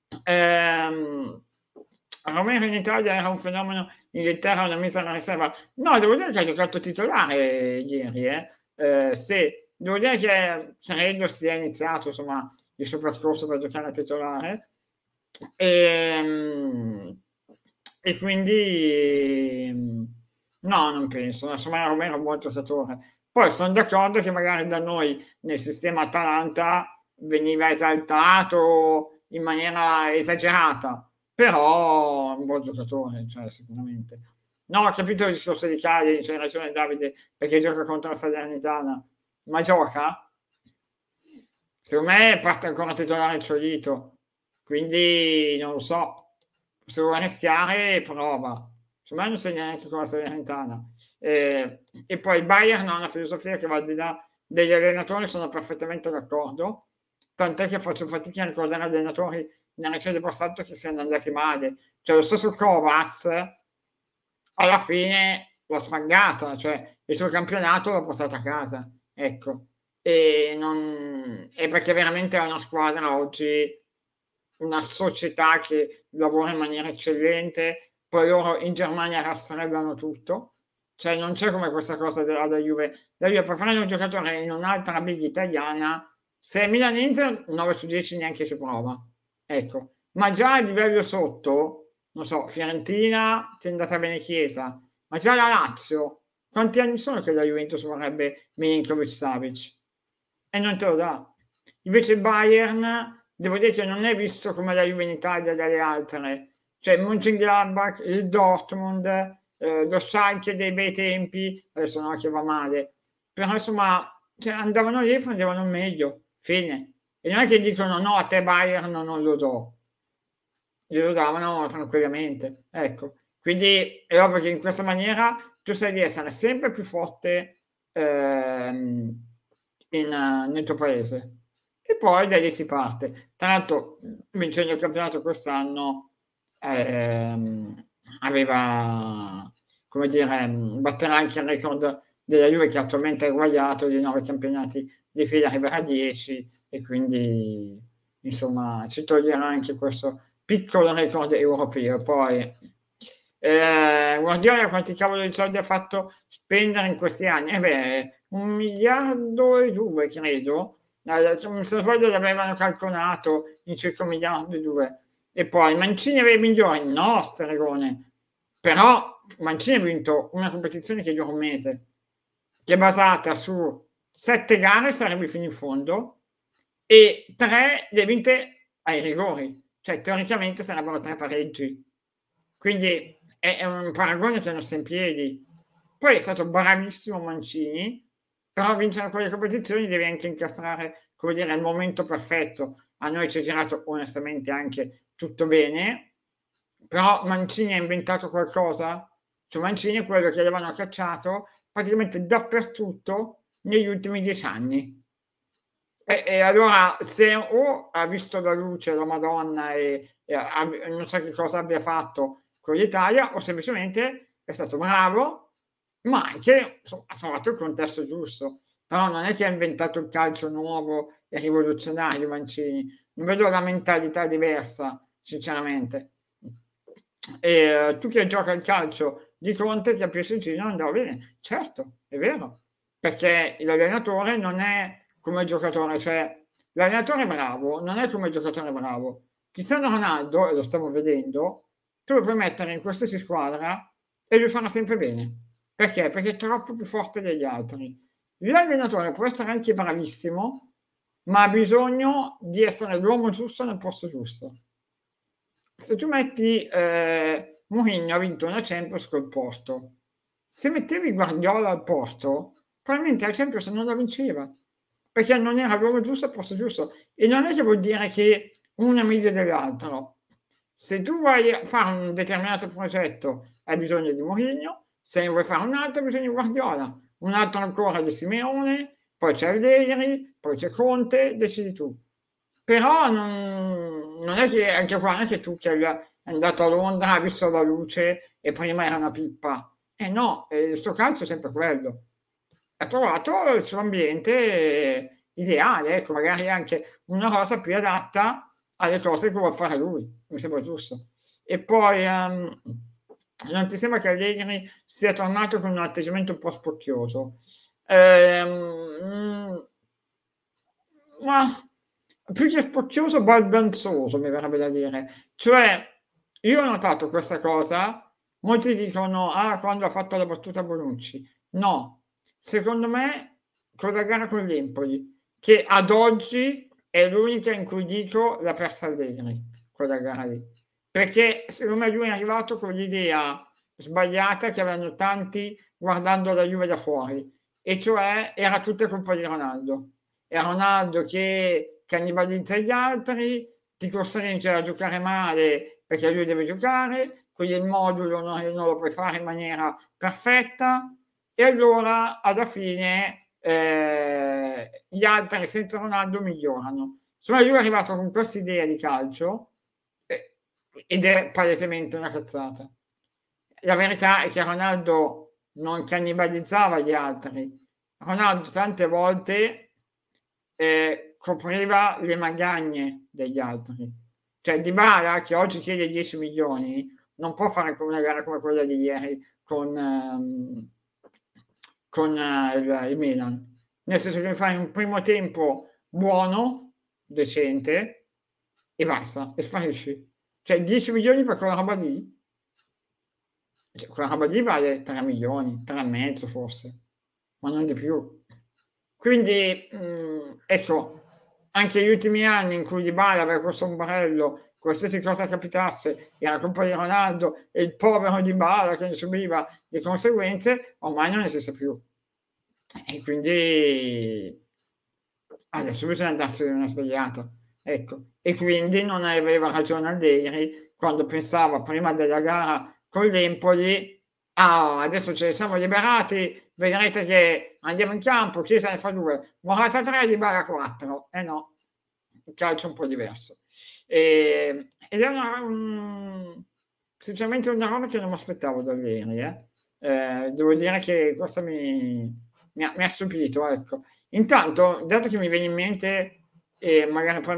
Romero in Italia era un fenomeno, in Inghilterra una misera riserva. No, devo dire che ha giocato titolare ieri, sì, devo dire che credo sia iniziato, insomma, il suo percorso per giocare a titolare. E quindi no, non penso, insomma, Romero è un buon giocatore. Poi sono d'accordo che magari da noi nel sistema Atalanta veniva esaltato in maniera esagerata, però è un buon giocatore, cioè sicuramente. No, ho capito il discorso di Cagliari, c'hai ragione Davide, perché gioca contro la Salernitana, ma gioca? Secondo me parte ancora titolare il Ciolito, quindi non lo so, se vuoi rischiare prova. Secondo me non sei neanche con la Salernitana. E poi il Bayern ha una filosofia che va al di là degli allenatori, sono perfettamente d'accordo, tant'è che faccio fatica a ricordare allenatori nel recente passato che siano andati male. Cioè lo stesso Kovacs alla fine l'ha sfangata, cioè il suo campionato l'ha portato a casa, ecco. E perché veramente è una squadra oggi una società che lavora in maniera eccellente, poi loro in Germania rastrellano tutto, cioè non c'è come questa cosa della Juve. La Juve per prendere un giocatore in un'altra big italiana, se è Milan-Inter 9 su 10 neanche si prova, ecco. Ma già a livello sotto, non so, Fiorentina, ti è andata bene Chiesa, ma già la Lazio, quanti anni sono che la Juventus vorrebbe Milinkovic-Savic? E non te lo dà. Invece il Bayern, devo dire che non è visto come la Juve in Italia dalle altre. Cioè Mönchengladbach, il Dortmund, lo Schalke dei bei tempi, adesso no che va male, però insomma cioè, andavano lì e prendevano meglio, fine. E non è che dicono no, a te Bayern non lo do, glielo davano tranquillamente, ecco. Quindi è ovvio che in questa maniera tu sai di essere sempre più forte nel tuo paese. E poi da lì si parte. Tra l'altro, vincendo il campionato quest'anno, aveva, come dire, batterà anche il record della Juve che attualmente è eguagliato di 9 campionati di fila, arriverà a 10 e quindi insomma ci toglierà anche questo piccolo record europeo. Poi Guardiola quanti cavolo di soldi ha fatto spendere in questi anni? Eh beh, 1 miliardo e 2 credo. Se non sbaglio l'avevano calcolato in circa 1 miliardo e 2. E poi Mancini aveva i migliori, no, stregone. Però Mancini ha vinto una competizione che dura un mese, che è basata su 7 gare, sarebbe fino in fondo, e 3 le vinte ai rigori. Cioè, teoricamente sarebbero 3 pareggi. Quindi è un paragone che non sta in piedi. Poi è stato bravissimo Mancini, però vincere quelle competizioni devi anche incastrare, come dire, il momento perfetto. A noi ci è girato onestamente anche tutto bene, però Mancini ha inventato qualcosa? Cioè Mancini è quello che avevano cacciato praticamente dappertutto negli ultimi 10 anni. E allora se o ha visto la luce la Madonna e non so che cosa abbia fatto con l'Italia, o semplicemente è stato bravo, ma anche insomma, ha trovato il contesto giusto. Però non è che ha inventato il calcio nuovo e rivoluzionario Mancini. Non vedo la mentalità diversa, sinceramente. E tu che gioca il calcio di Conte che a PSG non andava bene. Certo, è vero, perché l'allenatore non è come il giocatore, cioè l'allenatore è bravo, non è come il giocatore bravo. Cristiano Ronaldo, e lo stiamo vedendo, tu lo puoi mettere in qualsiasi squadra e lui farà sempre bene. Perché? Perché è troppo più forte degli altri. L'allenatore può essere anche bravissimo, ma ha bisogno di essere l'uomo giusto nel posto giusto. Se tu metti Mourinho ha vinto una Champions col Porto, se mettevi Guardiola al Porto, probabilmente la Champions non la vinceva, perché non era l'uomo giusto al posto giusto. E non è che vuol dire che uno è meglio dell'altro. Se tu vuoi fare un determinato progetto hai bisogno di Mourinho, se ne vuoi fare un altro hai bisogno di Guardiola, un altro ancora di Simeone, poi c'è Allegri, poi c'è Conte, decidi tu. Però non è che anche qua, non è che Tuchel è andato a Londra, ha visto la luce e prima era una pippa. Eh no, il suo calcio è sempre quello. Ha trovato il suo ambiente ideale, ecco, magari anche una cosa più adatta alle cose che vuole fare lui, mi sembra giusto. E poi non ti sembra che Allegri sia tornato con un atteggiamento un po' spocchioso? Ma più che spocchioso, baldanzoso, mi verrebbe da dire. Cioè, io ho notato questa cosa, molti dicono, ah, quando ha fatto la battuta a Bonucci. No, secondo me, con la gara con l'Empoli, che ad oggi è l'unica in cui dico l'ha persa Allegri, quella gara lì. Perché secondo me lui è arrivato con l'idea sbagliata che avevano tanti guardando la Juve da fuori, e cioè era tutta colpa di Ronaldo. È Ronaldo che cannibalizza gli altri, ti costringe a giocare male perché lui deve giocare, quindi il modulo non lo puoi fare in maniera perfetta, e allora alla fine gli altri senza Ronaldo migliorano. Insomma, lui è arrivato con questa idea di calcio ed è palesemente una cazzata. La verità è che Ronaldo non cannibalizzava gli altri. Ronaldo tante volte copriva le magagne degli altri. Cioè Dybala, che oggi chiede 10 milioni, non può fare una gara come quella di ieri con il Milan. Nel senso che fai un primo tempo buono, decente, e basta, e sparisci. Cioè 10 milioni per quella roba lì? Cioè, quella roba lì vale 3 milioni, 3 e mezzo forse, ma non di più. Quindi, ecco, anche gli ultimi anni in cui Dybala aveva questo ombrello, qualsiasi cosa capitasse, era colpa di Ronaldo e il povero Dybala che ne subiva le conseguenze, ormai non esiste più. E quindi adesso bisogna andarsene una svegliata, ecco. E quindi non aveva ragione Allegri quando pensava prima della gara con l'Empoli: "Ah, adesso ce ne siamo liberati, vedrete che andiamo in campo, chi se ne fa 2? Morata 3, Dybala 4". Eh no, il calcio è un po' diverso. Ed è sinceramente una roba che non mi aspettavo da Allegri, eh. Devo dire che questo mi ha stupito, ecco. Intanto, dato che mi viene in mente e magari poi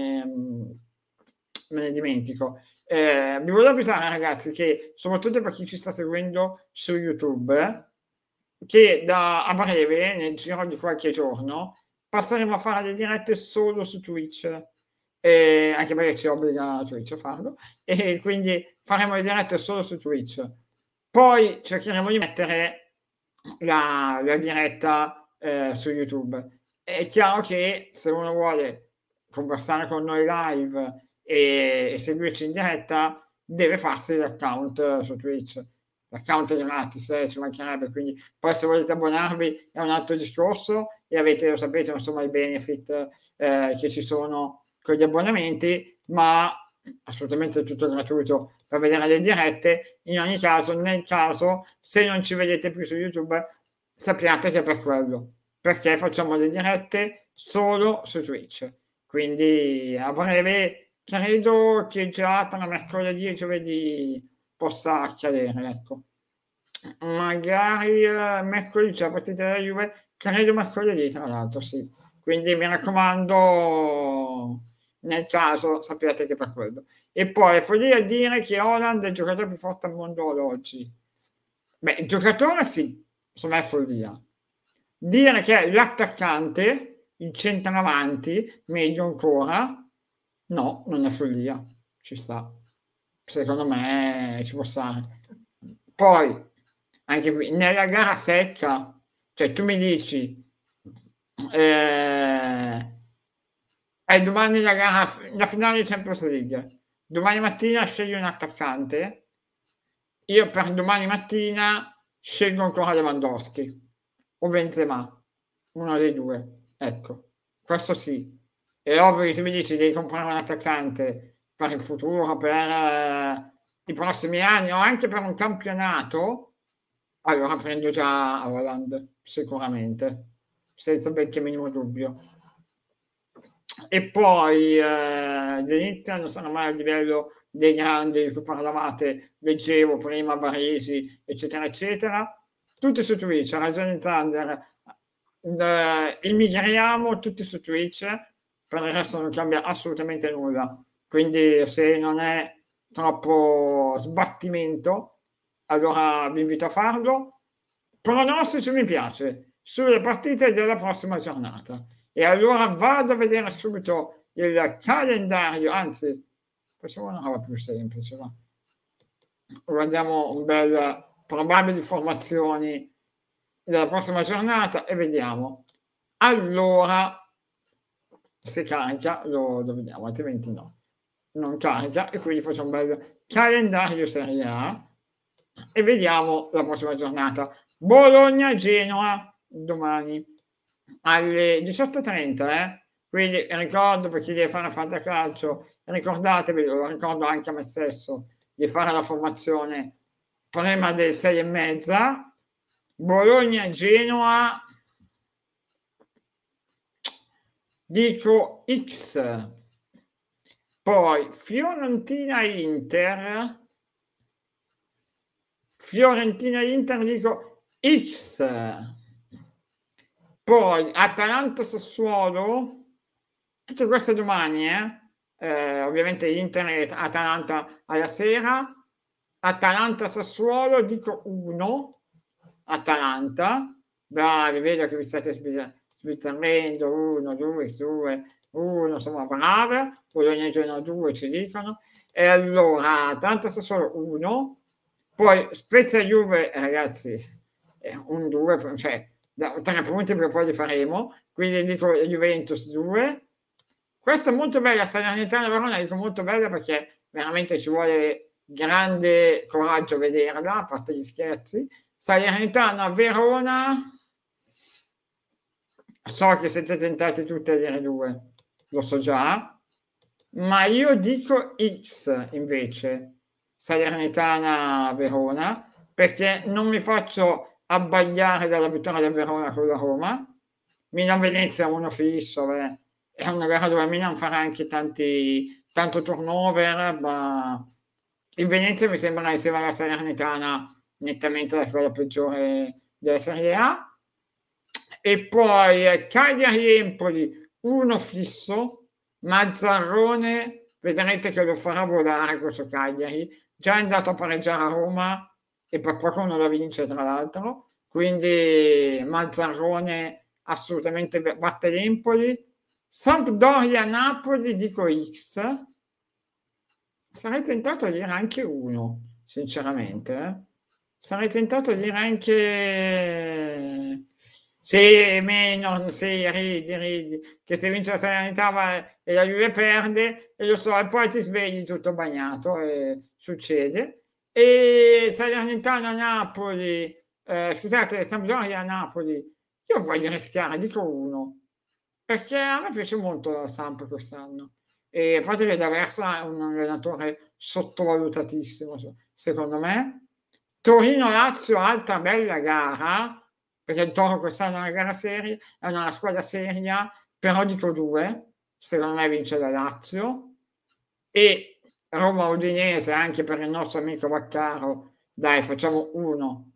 me ne dimentico, vi volevo avvisare ragazzi che, soprattutto per chi ci sta seguendo su YouTube, che a breve, nel giro di qualche giorno, passeremo a fare le dirette solo su Twitch, anche perché ci obbliga Twitch a farlo, e quindi faremo le dirette solo su Twitch. Poi cercheremo di mettere la diretta su YouTube. È chiaro che se uno vuole conversare con noi live e seguirci in diretta, deve farsi l'account su Twitch. L'account è gratis, ci mancherebbe, quindi poi se volete abbonarvi è un altro discorso e avete, lo sapete, insomma, i benefit che ci sono con gli abbonamenti, ma assolutamente tutto gratuito per vedere le dirette. In ogni caso, nel caso, se non ci vedete più su YouTube, sappiate che è per quello, perché facciamo le dirette solo su Twitch. Quindi a breve credo che già tra mercoledì e giovedì possa accadere, ecco. Magari mercoledì c'è la partita della Juve, credo mercoledì tra l'altro, sì. Quindi mi raccomando, nel caso sappiate che per quello. E poi è follia dire che Holland è il giocatore più forte al mondo ad oggi. Beh, il giocatore sì, insomma è follia. Dire che è l'attaccante, il centravanti, meglio ancora, no, non è follia, ci sta. Secondo me ci può stare. Poi, anche qui, nella gara secca, cioè tu mi dici, eh, è domani la finale di Champions League, domani mattina scegli un attaccante, io per domani mattina scelgo ancora Lewandowski o Benzema, uno dei due, ecco, questo sì. È ovvio che se mi dici devi comprare un attaccante per il futuro, per i prossimi anni o anche per un campionato, allora prendo già Haaland, sicuramente, senza benché minimo dubbio. E poi dell'Inter non sarà mai a livello dei grandi di cui parlavate, leggevo prima, Baresi, eccetera, eccetera. Tutti su Twitch, ha ragione Zander, immigriamo tutti su Twitch, per il resto non cambia assolutamente nulla. Quindi se non è troppo sbattimento, allora vi invito a farlo. Pronostici mi piace sulle partite della prossima giornata. E allora vado a vedere subito il calendario, anzi, facciamo una roba più semplice, va. Guardiamo un bel probabili formazioni della prossima giornata e vediamo. Allora, se carica lo vediamo, altrimenti no. Non carica e quindi faccio un bel calendario Serie A e vediamo la prossima giornata. Bologna-Genoa domani alle 18:30, quindi ricordo per chi deve fare fantacalcio, ricordatevi, lo ricordo anche a me stesso, di fare la formazione prima delle 6:30. Bologna-Genoa, dico X. Poi Fiorentina-Inter, dico X. Poi Atalanta-Sassuolo, tutte queste domani, ovviamente Inter e Atalanta alla sera, Atalanta-Sassuolo, dico 1, Atalanta, bravi, vedo che vi state sbizzarrendo, 1, 2, 2, 1, insomma, brava, Bologna Genoa 2 ci dicono, e allora Atalanta-Sassuolo 1, poi Spezia-Juve, ragazzi, un 2, cioè 3 punti per poi li faremo, quindi dico Juventus 2, questa è molto bella, Salernitana Verona, dico molto bella perché veramente ci vuole grande coraggio vederla, a parte gli scherzi. Salernitana Verona, so che siete tentati tutti a dire 2, lo so già, ma io dico X invece, Salernitana Verona, perché non mi faccio abbagliare dalla vittoria del Verona con la Roma. Milan-Venezia uno fisso, beh, è una gara dove Milan farà anche tanto turnover, ma il Venezia mi sembra insieme alla Salernitana nettamente la squadra peggiore della Serie A. E poi Cagliari-Empoli, uno fisso, Mazzarrone, vedrete che lo farà volare questo Cagliari, già è andato a pareggiare a Roma e per poco non la vince tra l'altro, quindi Mazzarrone assolutamente batte l'Empoli. Sampdoria-Napoli, dico X, sarei tentato a dire anche 1, sinceramente. Sarei tentato a dire anche sì, meno, sì, ridi, che se vince la Salernitana e la Juve perde, e lo so, e poi ti svegli tutto bagnato, e succede. E Salernitana-Napoli, scusate, Sampdoria-Napoli, io voglio rischiare, dico 1, perché a me piace molto la Samp quest'anno. E a parte che D'Aversa è un allenatore sottovalutatissimo, secondo me. Torino-Lazio, altra bella gara, perché il Toro quest'anno è una gara seria, è una squadra seria, però dico 2, secondo me vince la Lazio. E Roma-Udinese, anche per il nostro amico Vaccaro, dai, facciamo 1.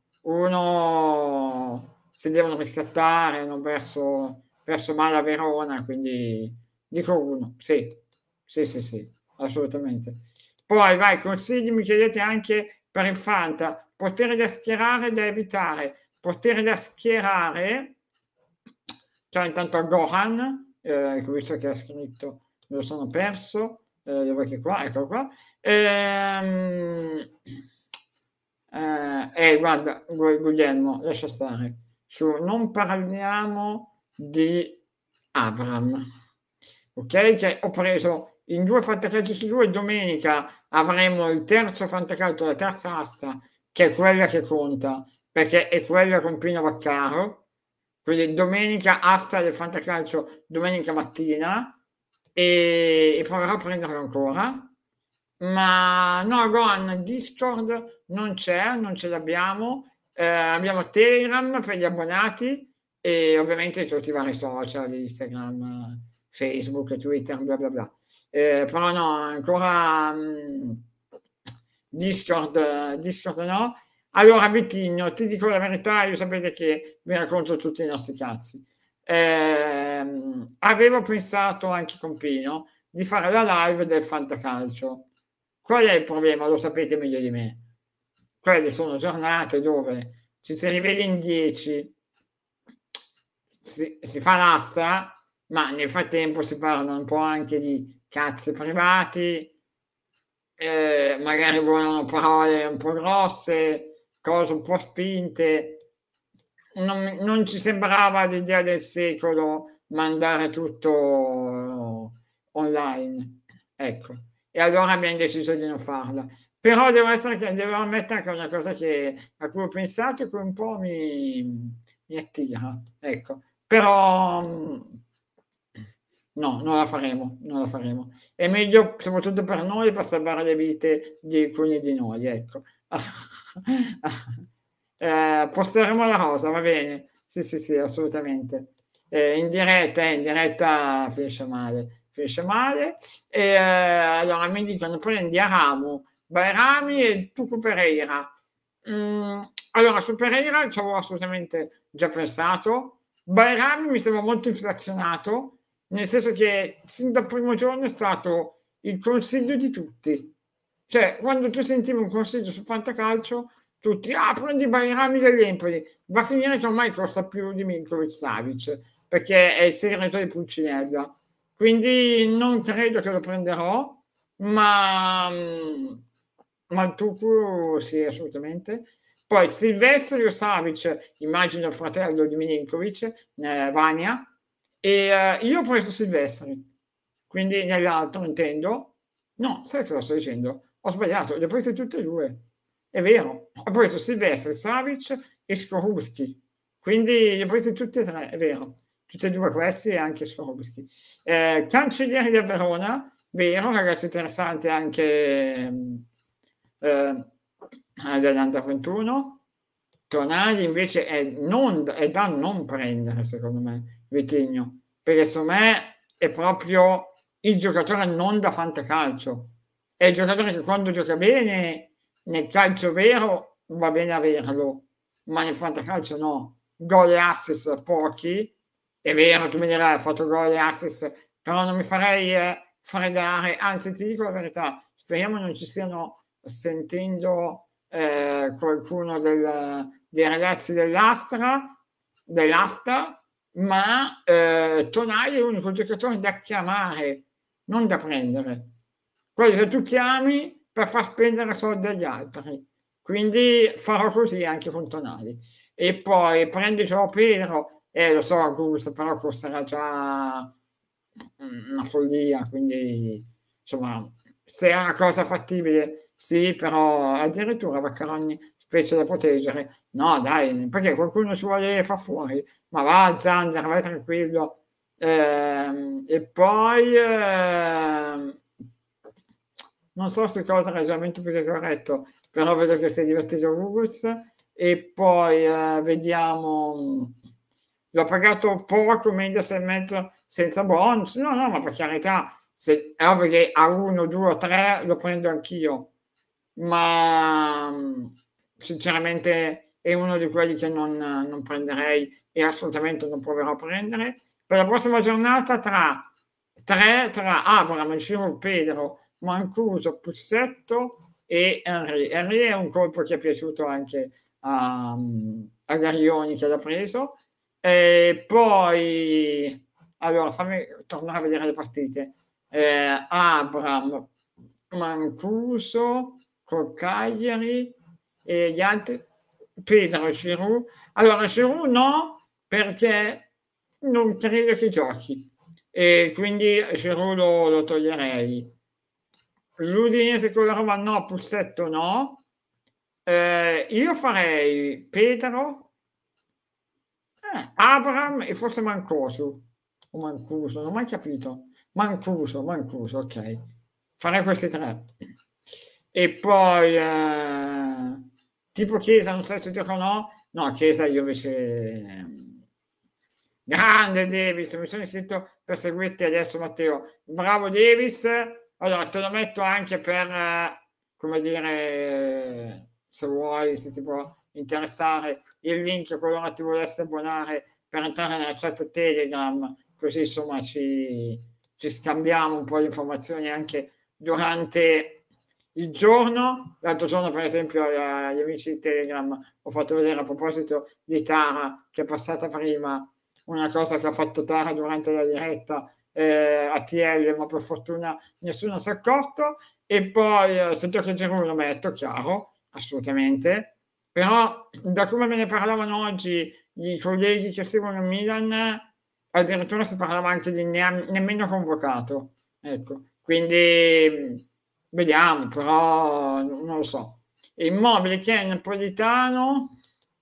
1 si devono riscattare, hanno perso male a Verona, quindi dico 1, sì, sì, assolutamente. Poi vai, consigli, mi chiedete anche per il Fanta, potere da schierare da evitare, potere da schierare, cioè intanto Gohan, visto che ha scritto, me lo sono perso, dove che qua, eccolo qua, guarda, Guglielmo, lascia stare, non parliamo di Abram, ok? Che ho preso in 2 fantacalci su 2, domenica avremo il terzo fantacalcio, la terza asta, che è quella che conta, perché è quella con Pino Vaccaro, quindi domenica asta del fantacalcio, domenica mattina, e proverò a prenderlo ancora. Ma no, Gohan, Discord non c'è, non ce l'abbiamo. Abbiamo Telegram per gli abbonati e ovviamente tutti i vari social, Instagram, Facebook, Twitter, bla bla bla. Però no, ancora Discord no. Allora, Bettino, ti dico la verità, io sapete che vi racconto tutti i nostri cazzi. Avevo pensato anche con Pino di fare la live del Fantacalcio. Qual è il problema? Lo sapete meglio di me. Quelle sono giornate dove ci si rivede in 10, si fa l'asta, ma nel frattempo si parla un po' anche di cazzi privati, magari volano parole un po' grosse, cose un po' spinte. Non ci sembrava l'idea del secolo mandare tutto online. Ecco. E allora abbiamo deciso di non farla. Però devo ammettere che è una cosa a cui ho pensato e che un po' mi attira. Ecco. Però no, non la faremo, non la faremo. È meglio soprattutto per noi, per salvare le vite di alcuni di noi, ecco. Posteremo la cosa, va bene? Sì, assolutamente. In diretta finisce male. E allora mi dicono prendi Aramu, Bairami e Tucu Pereira. Allora, su Pereira ci avevo assolutamente già pensato. Bairami mi sembra molto inflazionato, nel senso che sin dal primo giorno è stato il consiglio di tutti. Cioè, quando tu sentivi un consiglio su Fantacalcio, tutti, prendi Bairami dell'Empoli, va a finire che ormai costa più di Milinkovic Savic, perché è il segreto di Pulcinella. Quindi non credo che lo prenderò, ma, ma il Tucu sì, assolutamente. Poi Silvestri o Savic, immagino il fratello di Milinkovic, Vania, e io ho preso Silvestri, quindi nell'altro intendo. No, sai cosa sto dicendo? Ho sbagliato, le ho prese tutte e due. È vero, ho preso Silvestri, Savic e Skorupski. Quindi le ho prese tutte e tre, è vero. Tutte e due questi e anche Skorupski. Cancellieri del Verona, vero, ragazzo interessante anche dell'Under 21. Tonali invece è da non prendere, secondo me, Vitigno, perché secondo me è proprio il giocatore non da fantacalcio. È il giocatore che quando gioca bene nel calcio vero va bene averlo, ma nel fantacalcio no. Gol e assist pochi, è vero, tu mi dirai ha fatto gol e assist, però non mi farei fregare, anzi ti dico la verità, speriamo non ci stiano sentendo qualcuno dei ragazzi dell'Asta, ma Tonali è l'unico giocatore da chiamare, non da prendere. Quello che tu chiami per far spendere soldi agli altri. Quindi farò così anche con Tonali. E poi prendi Joao Pedro, lo so, Gus, però costerà già una follia, quindi insomma, se è una cosa fattibile, sì, però addirittura Vaccaroni specie da proteggere. No, dai, perché qualcuno ci vuole far fuori? Ma va, Zander, vai tranquillo. E poi non so se cosa ragionamento più che corretto, però vedo che sei divertito Rugus. E poi vediamo, l'ho pagato poco, meglio 6,5 senza bonus. No, no, ma per carità, è ovvio che a 1, 2 3 lo prendo anch'io, ma sinceramente è uno di quelli che non prenderei e assolutamente non proverò a prendere. Per la prossima giornata tra Abraham, Giroud, Pedro, Mancuso, Pussetto e Henry. Henry è un colpo che è piaciuto anche a Garioni che l'ha preso. E poi, allora, fammi tornare a vedere le partite. Abram, Mancuso, col Cagliari e gli altri, Pedro, Giroud. Allora, Giroud no, perché non credo che giochi e quindi Giroud lo toglierei. L'Udinese con la Roma no, Pussetto no. Io farei Pedro, Abram e forse Mancosu o Mancuso, non ho mai capito. Mancuso, ok. Farei questi tre. E poi tipo Chiesa, non so se gioca o no. No, Chiesa io invece grande Davis, mi sono iscritto per seguirti adesso Matteo. Bravo Davis. Allora te lo metto anche per, come dire, se vuoi, se ti può interessare, il link qualora ti volesse abbonare per entrare nella chat Telegram, così insomma ci scambiamo un po' di informazioni anche durante il giorno. L'altro giorno, per esempio, agli amici di Telegram ho fatto vedere a proposito di Tara, che è passata prima, una cosa che ha fatto Tara durante la diretta a TL, ma per fortuna nessuno si è accorto. E poi se gioca Giroud lo metto, chiaro, assolutamente. Però da come me ne parlavano oggi i colleghi che seguono il Milan, addirittura si parlava anche di nemmeno convocato. Ecco, quindi vediamo, però non lo so. Immobile che è napolitano,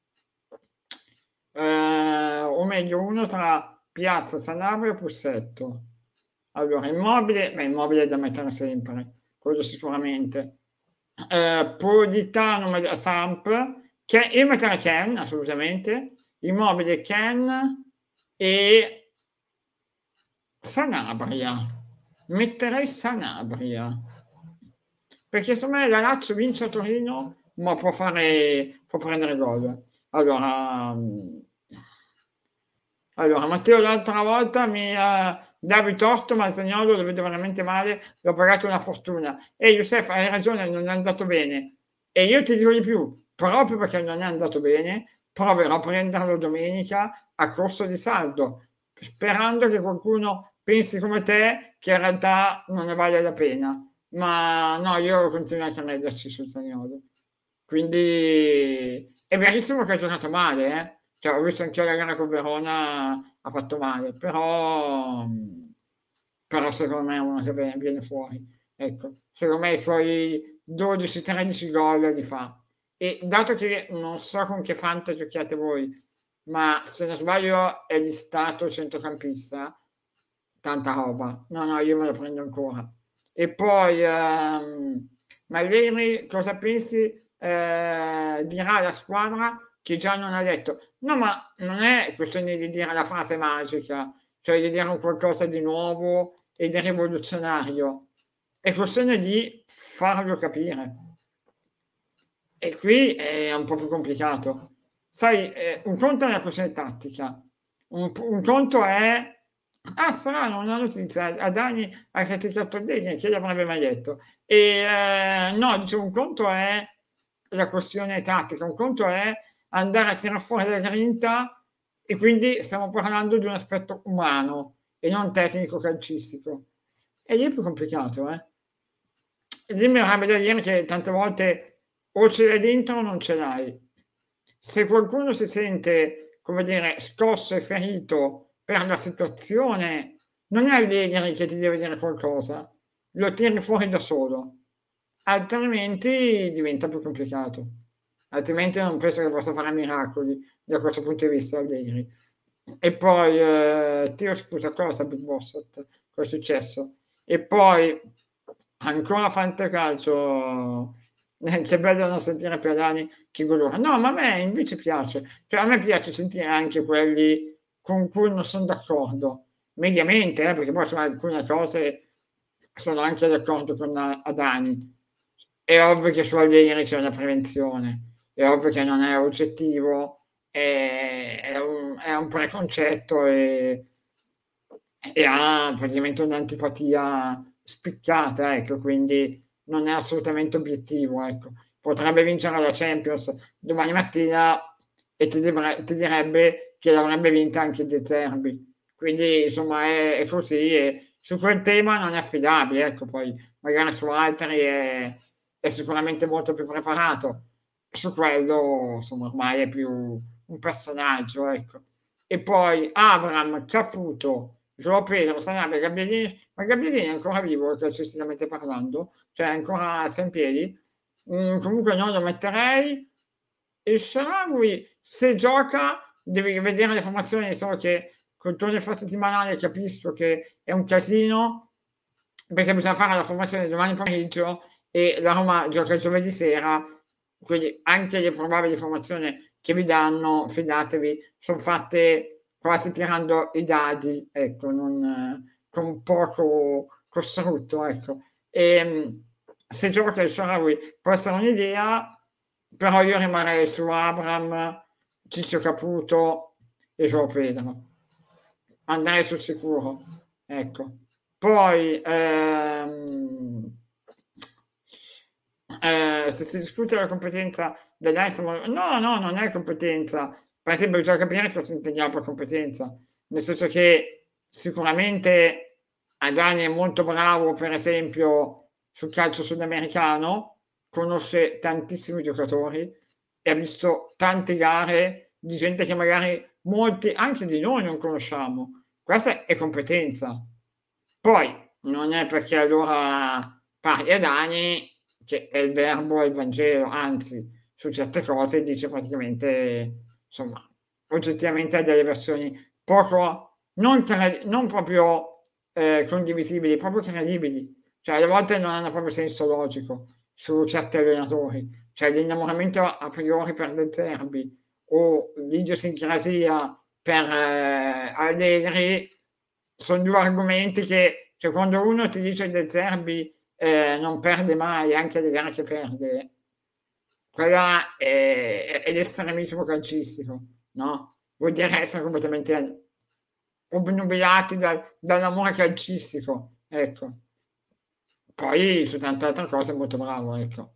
o meglio uno tra Piazza, Sanabria e Pussetto. Allora, Immobile è da mettere sempre, quello sicuramente. Politano, Samp, io metterei Ken, assolutamente. Immobile, Ken e Sanabria. Metterei Sanabria. Perché secondo me la Lazio vince a Torino, ma può prendere gol. Allora, Matteo l'altra volta mi davi torto, ma Zaniolo lo vedo veramente male, l'ho pagato una fortuna. E Youssef, hai ragione, non è andato bene. E io ti dico di più, proprio perché non è andato bene, proverò a prenderlo domenica a corso di saldo, sperando che qualcuno pensi come te che in realtà non ne vale la pena. Ma no, io continuo a crederci sul Zaniolo. Quindi è verissimo che ha giocato male, eh? Cioè, ho visto anche la gara con Verona, ha fatto male, però secondo me è uno che viene fuori. Ecco, secondo me i suoi 12-13 gol li fa. E dato che non so con che fanta giochiate voi, ma se non sbaglio è listato centrocampista, tanta roba. No, no, io me lo prendo ancora. E poi, Maglieri, cosa pensi? Dirà alla squadra che già non ha detto. No, ma non è questione di dire la frase magica, cioè di dire un qualcosa di nuovo e di rivoluzionario. È questione di farlo capire. E qui è un po' più complicato. Sai, un conto è una questione tattica, un conto è... Ah, strano, una notizia, Adani ha criticato Degni, chi l'avrebbe mai detto? E no, dicevo, un conto è la questione tattica, un conto è andare a tirare fuori la grinta e quindi stiamo parlando di un aspetto umano e non tecnico calcistico. E lì è più complicato, eh? E lì mi verrebbe da dire che tante volte o ce l'hai dentro o non ce l'hai. Se qualcuno si sente, come dire, scosso e ferito per la situazione, non è Allegri che ti deve dire qualcosa, lo tiri fuori da solo, altrimenti diventa più complicato. Altrimenti non penso che possa fare miracoli da questo punto di vista Allegri. E poi, Dio scusa cosa Big Boss, cosa è successo? E poi ancora fantacalcio, che bello non sentire Pelani che golora. No, ma a me invece piace, cioè a me piace sentire anche quelli con cui non sono d'accordo, mediamente, perché poi su alcune cose sono anche d'accordo con Adani. È ovvio che su Allegri c'è una prevenzione, è ovvio che non è oggettivo, è un preconcetto e ha praticamente un'antipatia spiccata, ecco, quindi non è assolutamente obiettivo, ecco. Potrebbe vincere la Champions domani mattina e ti direbbe che l'avrebbe vinta anche De Zerbi. Quindi, insomma, è così e su quel tema non è affidabile, ecco, poi magari su altri è sicuramente molto più preparato. Su quello, insomma, ormai è più un personaggio, ecco. E poi Avram, Caputo, Joao Pedro, Sanabria, Gabbiadini, ma Gabbiadini è ancora vivo calcisticamente parlando, cioè è ancora sta in piedi. Comunque non lo metterei. E Sharawi, se gioca, devi vedere le formazioni, solo che con tutte le fasi settimanali capisco che è un casino, perché bisogna fare la formazione domani pomeriggio e la Roma gioca giovedì sera, quindi anche le probabili formazioni che vi danno, fidatevi, sono fatte quasi tirando i dadi, ecco, con poco costrutto, ecco. E se gioca il Sharawi può essere un'idea, però io rimarrei su Abram, Ciccio Caputo e Joao Pedro. Andrei sul sicuro, ecco. Poi, se si discute la competenza dell'Einstein, no, no, non è competenza. Per esempio, bisogna capire cosa intendiamo per competenza. Nel senso che sicuramente Adani è molto bravo, per esempio, sul calcio sudamericano, conosce tantissimi giocatori e ha visto tante gare di gente che magari molti, anche di noi, non conosciamo. Questa è competenza. Poi non è perché allora parli ad anni che è il verbo e il Vangelo, anzi, su certe cose dice praticamente, insomma, oggettivamente ha delle versioni poco, non proprio condivisibili, proprio credibili. Cioè, alle volte non hanno proprio senso logico su certi allenatori. Cioè, l'innamoramento a priori per De Zerbi o l'idiosincrasia per Allegri sono due argomenti che, cioè, quando uno ti dice De Zerbi non perde mai, anche le gare che perde, quella è l'estremismo calcistico, no? Vuol dire essere completamente obnubilati dall'amore calcistico, ecco. Poi su tante altre cose è molto bravo, ecco.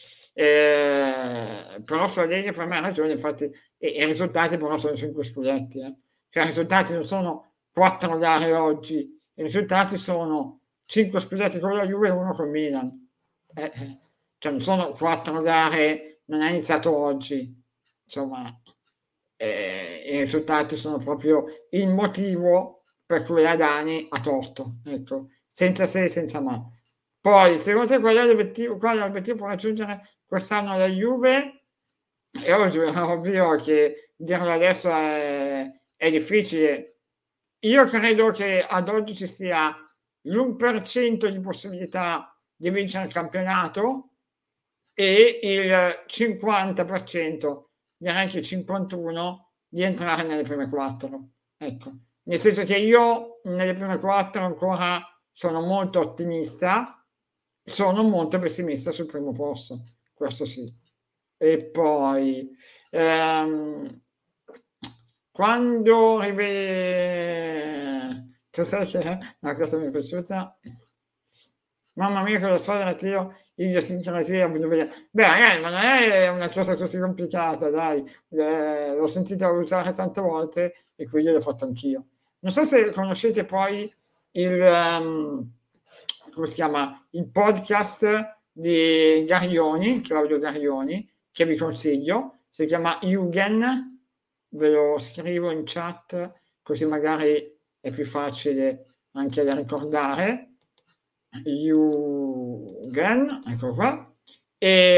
Però Soleri per me ha ragione, infatti, i risultati però sono 5 scudetti, eh. Cioè i risultati non sono 4 gare oggi, i risultati sono 5 scudetti con la Juve e 1 con Milan. Cioè non sono 4 gare, non è iniziato oggi. Insomma, i risultati sono proprio il motivo per cui Adani ha torto, ecco, senza se e senza ma. Poi, secondo te qual è l'obiettivo per raggiungere quest'anno la Juve? È ovvio, è ovvio che dirlo adesso è difficile. Io credo che ad oggi ci sia l'1% di possibilità di vincere il campionato e il 50%, direi anche il 51%, di entrare nelle prime 4. Ecco, nel senso che io nelle prime 4 ancora sono molto ottimista, sono molto pessimista sul primo posto, questo sì. E poi, ehm, quando cos'è che no, questa mi è piaciuta. Mamma mia, con la squadra tiro idiosincrasia. Beh, ma non è una cosa così complicata, dai. L'ho sentita usare tante volte e quindi l'ho fatto anch'io. Non so se conoscete poi come si chiama? Il podcast di Garioni, Claudio Garioni, che vi consiglio. Si chiama Jugend, ve lo scrivo in chat, così magari è più facile anche da ricordare. Jugend, ecco qua, e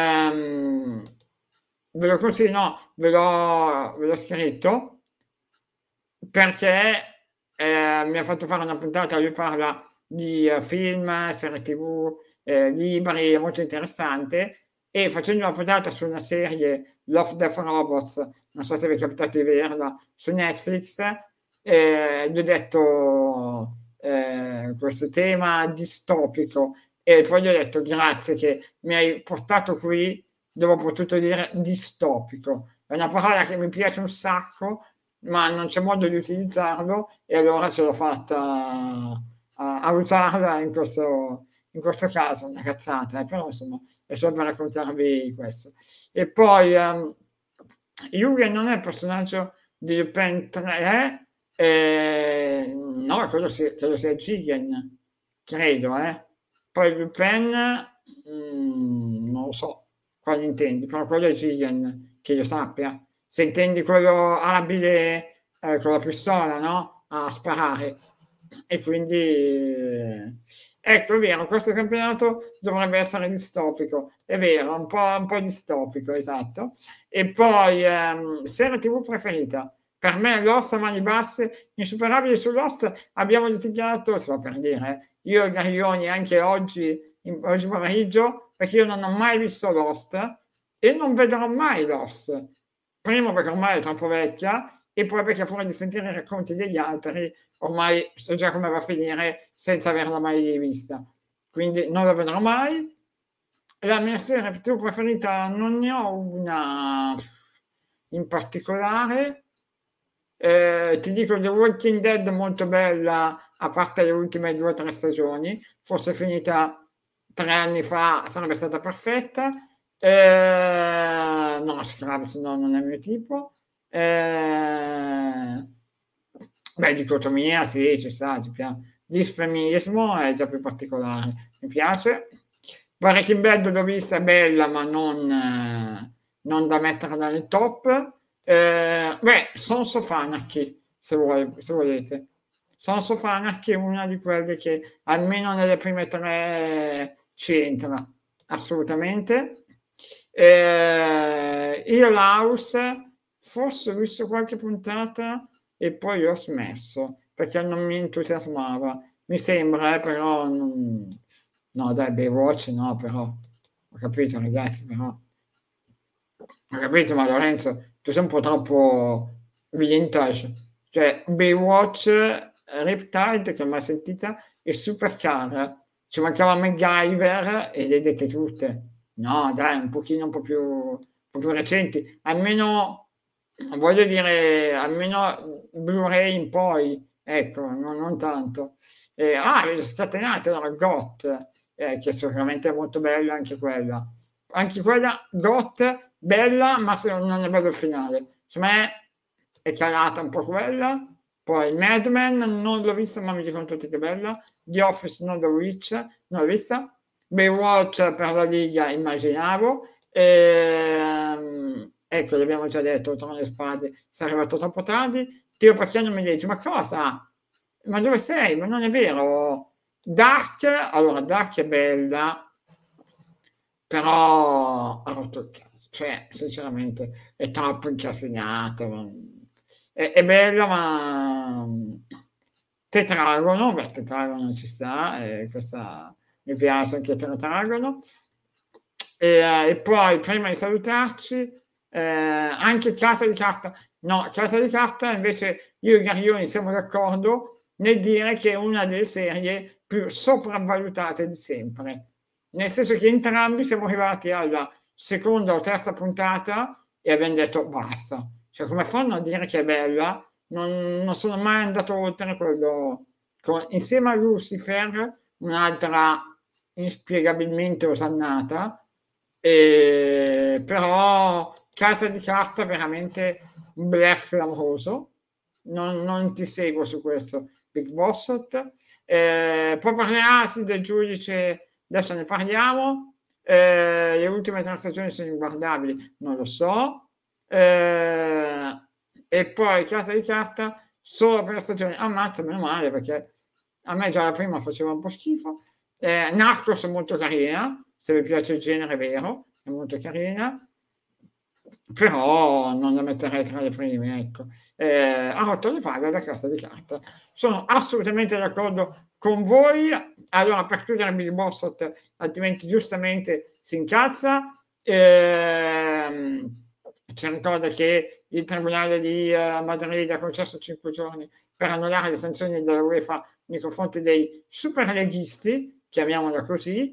ve lo consiglio, no, ve l'ho scritto perché mi ha fatto fare una puntata, lui parla di film, serie tv, libri, è molto interessante, e facendo una puntata su una serie, Love, Death Robots, non so se vi è capitato di vederla, su Netflix, gli ho detto questo tema distopico e poi gli ho detto grazie che mi hai portato qui dove ho potuto dire distopico. È una parola che mi piace un sacco, ma non c'è modo di utilizzarlo e allora ce l'ho fatta a usarla in questo caso, una cazzata, però insomma è solo per raccontarvi questo. E poi Yugen non è il personaggio di Lupin 3, no, quello sia Jigen, credo, eh. Poi Lupin, non lo so quale intendi, però quello è Jigen, che io sappia. Se intendi quello abile con la pistola, no? A sparare. E quindi, ecco, è vero, questo campionato dovrebbe essere distopico, è vero, un po' distopico, esatto. E poi, serie TV preferita. Per me Lost a mani basse, insuperabili su Lost, abbiamo litigato, si va per dire, io e Garioni anche oggi, oggi pomeriggio, perché io non ho mai visto Lost e non vedrò mai Lost. Primo perché ormai è troppo vecchia e poi perché fuori di sentire i racconti degli altri ormai so già come va a finire senza averla mai vista. Quindi non la vedrò mai. La mia serie più preferita non ne ho una in particolare. Ti dico The Walking Dead molto bella, a parte le ultime 2 o 3 stagioni, fosse finita 3 anni fa sarebbe stata perfetta. No, Scraps no, non è il mio tipo. Beh, dicotomia, sì, ci sta, ci piace. Disfeminismo è già più particolare, mi piace. Breaking Bad l'ho vista, è bella, ma non da metterla nel top. Beh, Sons of Anarchy, se volete. Sons of Anarchy è una di quelle che almeno nelle prime 3 ci entra, assolutamente. Hill House, forse ho visto qualche puntata e poi ho smesso perché non mi entusiasmava. Mi sembra, però no, dai, Baywatch no, però ho capito, ragazzi, però ho capito, ma Lorenzo, tu sei un po' troppo vintage. Cioè, Baywatch, Riptide, che mai sentita, e Supercar. Ci mancava MacGyver e le dette tutte. No, dai, un pochino un po' più recenti. Almeno, voglio dire, almeno Blu-ray in poi, ecco, non tanto. Le scatenate dalla GOT, che sicuramente è molto bella anche quella. Anche quella GOT, bella, ma se non è bello il finale. Secondo me è calata un po' quella. Poi Mad Men non l'ho vista, ma mi dicono tutti che è bella. The Office non l'ho vista. Baywatch per la Liga immaginavo. Ecco, l'abbiamo già detto, Trono le Spade, sei arrivato troppo tardi. Tiro Pacchiano mi dice, ma cosa? Ma dove sei? Ma non è vero. Dark, allora Dark è bella, però ha rotto il cazzo. Cioè, sinceramente, è troppo incasinata. È bella, ma Tetragono, beh, Tetragono ci sta, questa mi piace anche Tetragono. E poi, prima di salutarci, anche Casa di Carta. No, Casa di Carta invece io e Garioni siamo d'accordo nel dire che è una delle serie più sopravvalutate di sempre. Nel senso che entrambi siamo arrivati alla seconda o terza puntata e abbiamo detto basta. Cioè, come fanno a dire che è bella? Non sono mai andato oltre quello. Insieme a Lucifer, un'altra inspiegabilmente osannata, però Casa di Carta è veramente un bluff clamoroso. Non ti seguo su questo, Big Bossot. Poi parlerà del giudice, adesso ne parliamo. Le ultime 3 stagioni sono inguardabili, non lo so. E poi Casa di Carta solo per la stagione. Ammazza, meno male, perché a me già la prima faceva un po' schifo. Narcos è molto carina, se vi piace il genere vero, è molto carina, però non la metterei tra le prime, ecco. Ha rotto le palle da Casa di Carta. Sono assolutamente d'accordo con voi. Allora, per chiudere Billy Bossot, altrimenti giustamente si incazza, ci ricorda che il Tribunale di Madrid ha concesso 5 giorni per annullare le sanzioni della UEFA nei confronti dei superleghisti, chiamiamola così,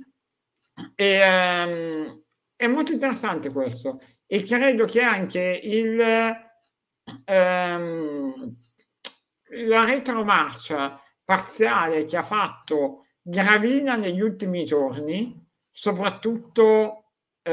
è molto interessante questo e credo che anche la retromarcia parziale che ha fatto Gravina negli ultimi giorni, soprattutto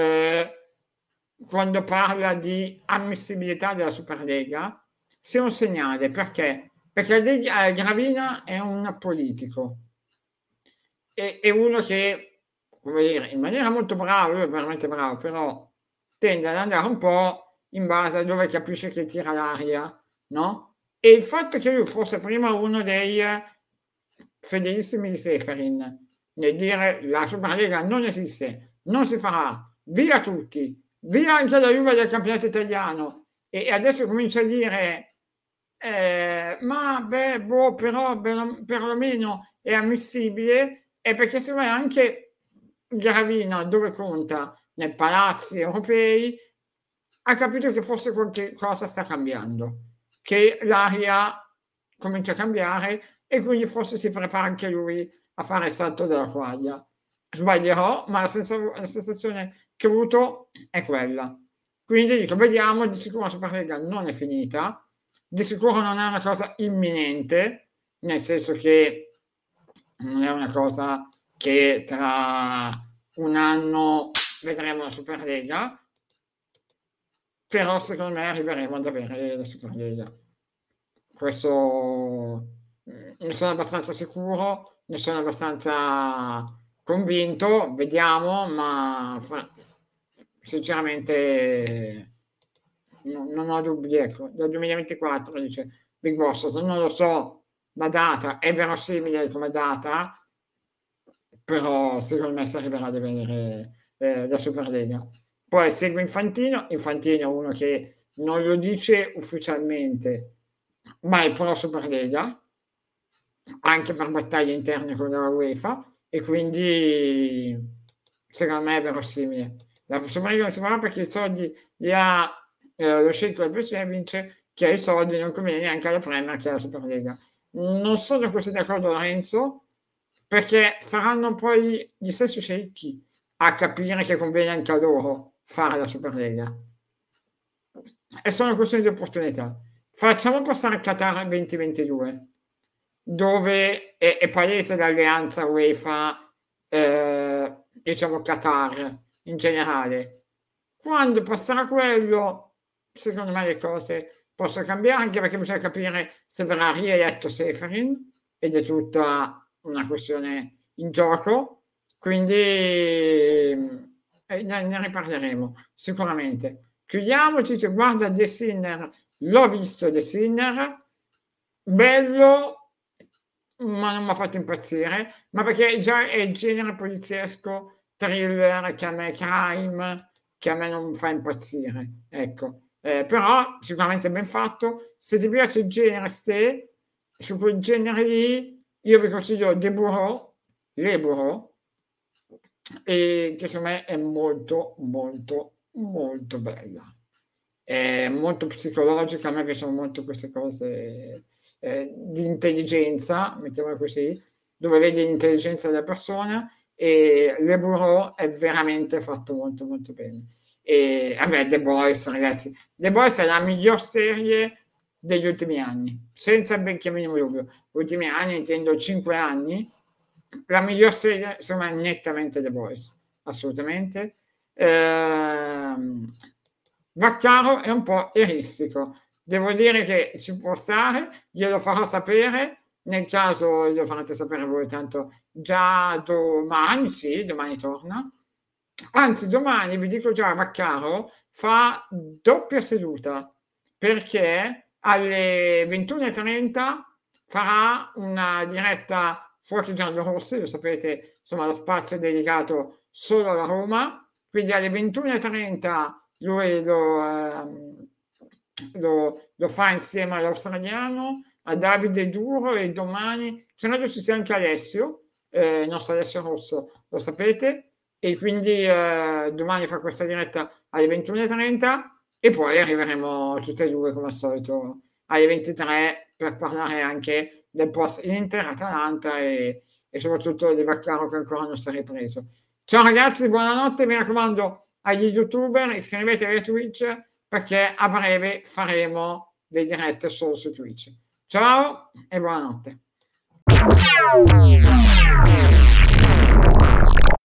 quando parla di ammissibilità della Superlega, sia un segnale. Perché? Perché Gravina è un politico, è uno che, come dire, in maniera molto brava, lui è veramente bravo, però tende ad andare un po' in base a dove capisce che tira l'aria, no? E il fatto che lui fosse prima uno dei fedelissimi di Seferin nel dire la Superlega non esiste, non si farà, via tutti, via anche la Juve del campionato italiano, e adesso comincia a dire ma beh, boh, però perlomeno è ammissibile, è perché secondo me anche Gravina, dove conta, nei palazzi europei, ha capito che forse qualche cosa sta cambiando, che l'aria comincia a cambiare e quindi forse si prepara anche lui a fare il salto della quaglia. Sbaglierò, ma la sensazione che ho avuto è quella. Quindi dico, vediamo, di sicuro la Superlega non è finita, di sicuro non è una cosa imminente, nel senso che non è una cosa che tra un anno vedremo la Superlega, però secondo me arriveremo ad avere la Superlega. Questo ne sono abbastanza sicuro, ne sono abbastanza convinto, vediamo, ma sinceramente non ho dubbi, ecco, dal 2024 dice Big Boss, non lo so, la data è verosimile come data, però secondo me si arriverà ad avere la Superlega. Poi segue Infantino è uno che non lo dice ufficialmente, ma è pro Superlega, anche per battaglie interne con la UEFA, e quindi secondo me è verosimile. La Superlega non si farà perché i soldi li ha lo scelto del presidente, che ha i soldi non conviene neanche alla Premier che alla Superlega. Non sono così d'accordo Lorenzo, perché saranno poi gli stessi sceicchi a capire che conviene anche a loro fare la Superlega. E sono questioni di opportunità. Facciamo passare il Qatar 2022, dove è palese l'alleanza UEFA, diciamo Qatar in generale. Quando passerà quello, secondo me le cose possono cambiare, anche perché bisogna capire se verrà rieletto Seferin, ed è tutta una questione in gioco, quindi ne riparleremo sicuramente. Chiudiamo, ci dice, guarda The Sinner, l'ho visto The Sinner, bello, ma non mi ha fatto impazzire, ma perché già è il genere poliziesco, thriller, che a me crime, che a me non fa impazzire, ecco. Però sicuramente ben fatto. Se ti piace il genere ste, su quel genere lì, io vi consiglio The Bureau, Le Bureau, e che secondo me è molto, molto, molto bella. È molto psicologica, a me piacciono molto queste cose di intelligenza, mettiamola così, dove vedi l'intelligenza della persona, e Le Bureau è veramente fatto molto molto bene. E vabbè, The Boys, ragazzi, The Boys è la miglior serie degli ultimi anni, senza benché minimo dubbio. Ultimi anni, intendo 5 anni, la miglior serie, secondo me, è nettamente The Boys, assolutamente. Vaccaro è un po' eristico. Devo dire che ci può stare, glielo farò sapere, nel caso glielo farete sapere voi, tanto già domani, sì, domani torna. Anzi, domani vi dico già, Vaccaro fa doppia seduta, perché alle 21:30 farà una diretta fuori giallorossi, lo sapete, insomma, lo spazio è dedicato solo alla Roma, quindi alle 21:30 lui lo fa insieme all'australiano, a Davide Duro, e domani credo ci sia anche Alessio, il nostro Alessio Rosso, lo sapete, e quindi domani fa questa diretta alle 21:30 e poi arriveremo tutte e due come al solito alle 23 per parlare anche del post Inter, Atalanta e soprattutto di Vaccaro che ancora non si è ripreso. Ciao ragazzi, buonanotte, mi raccomando agli youtuber, iscrivetevi a Twitch perché a breve faremo le dirette solo su Twitch. Ciao e buonanotte.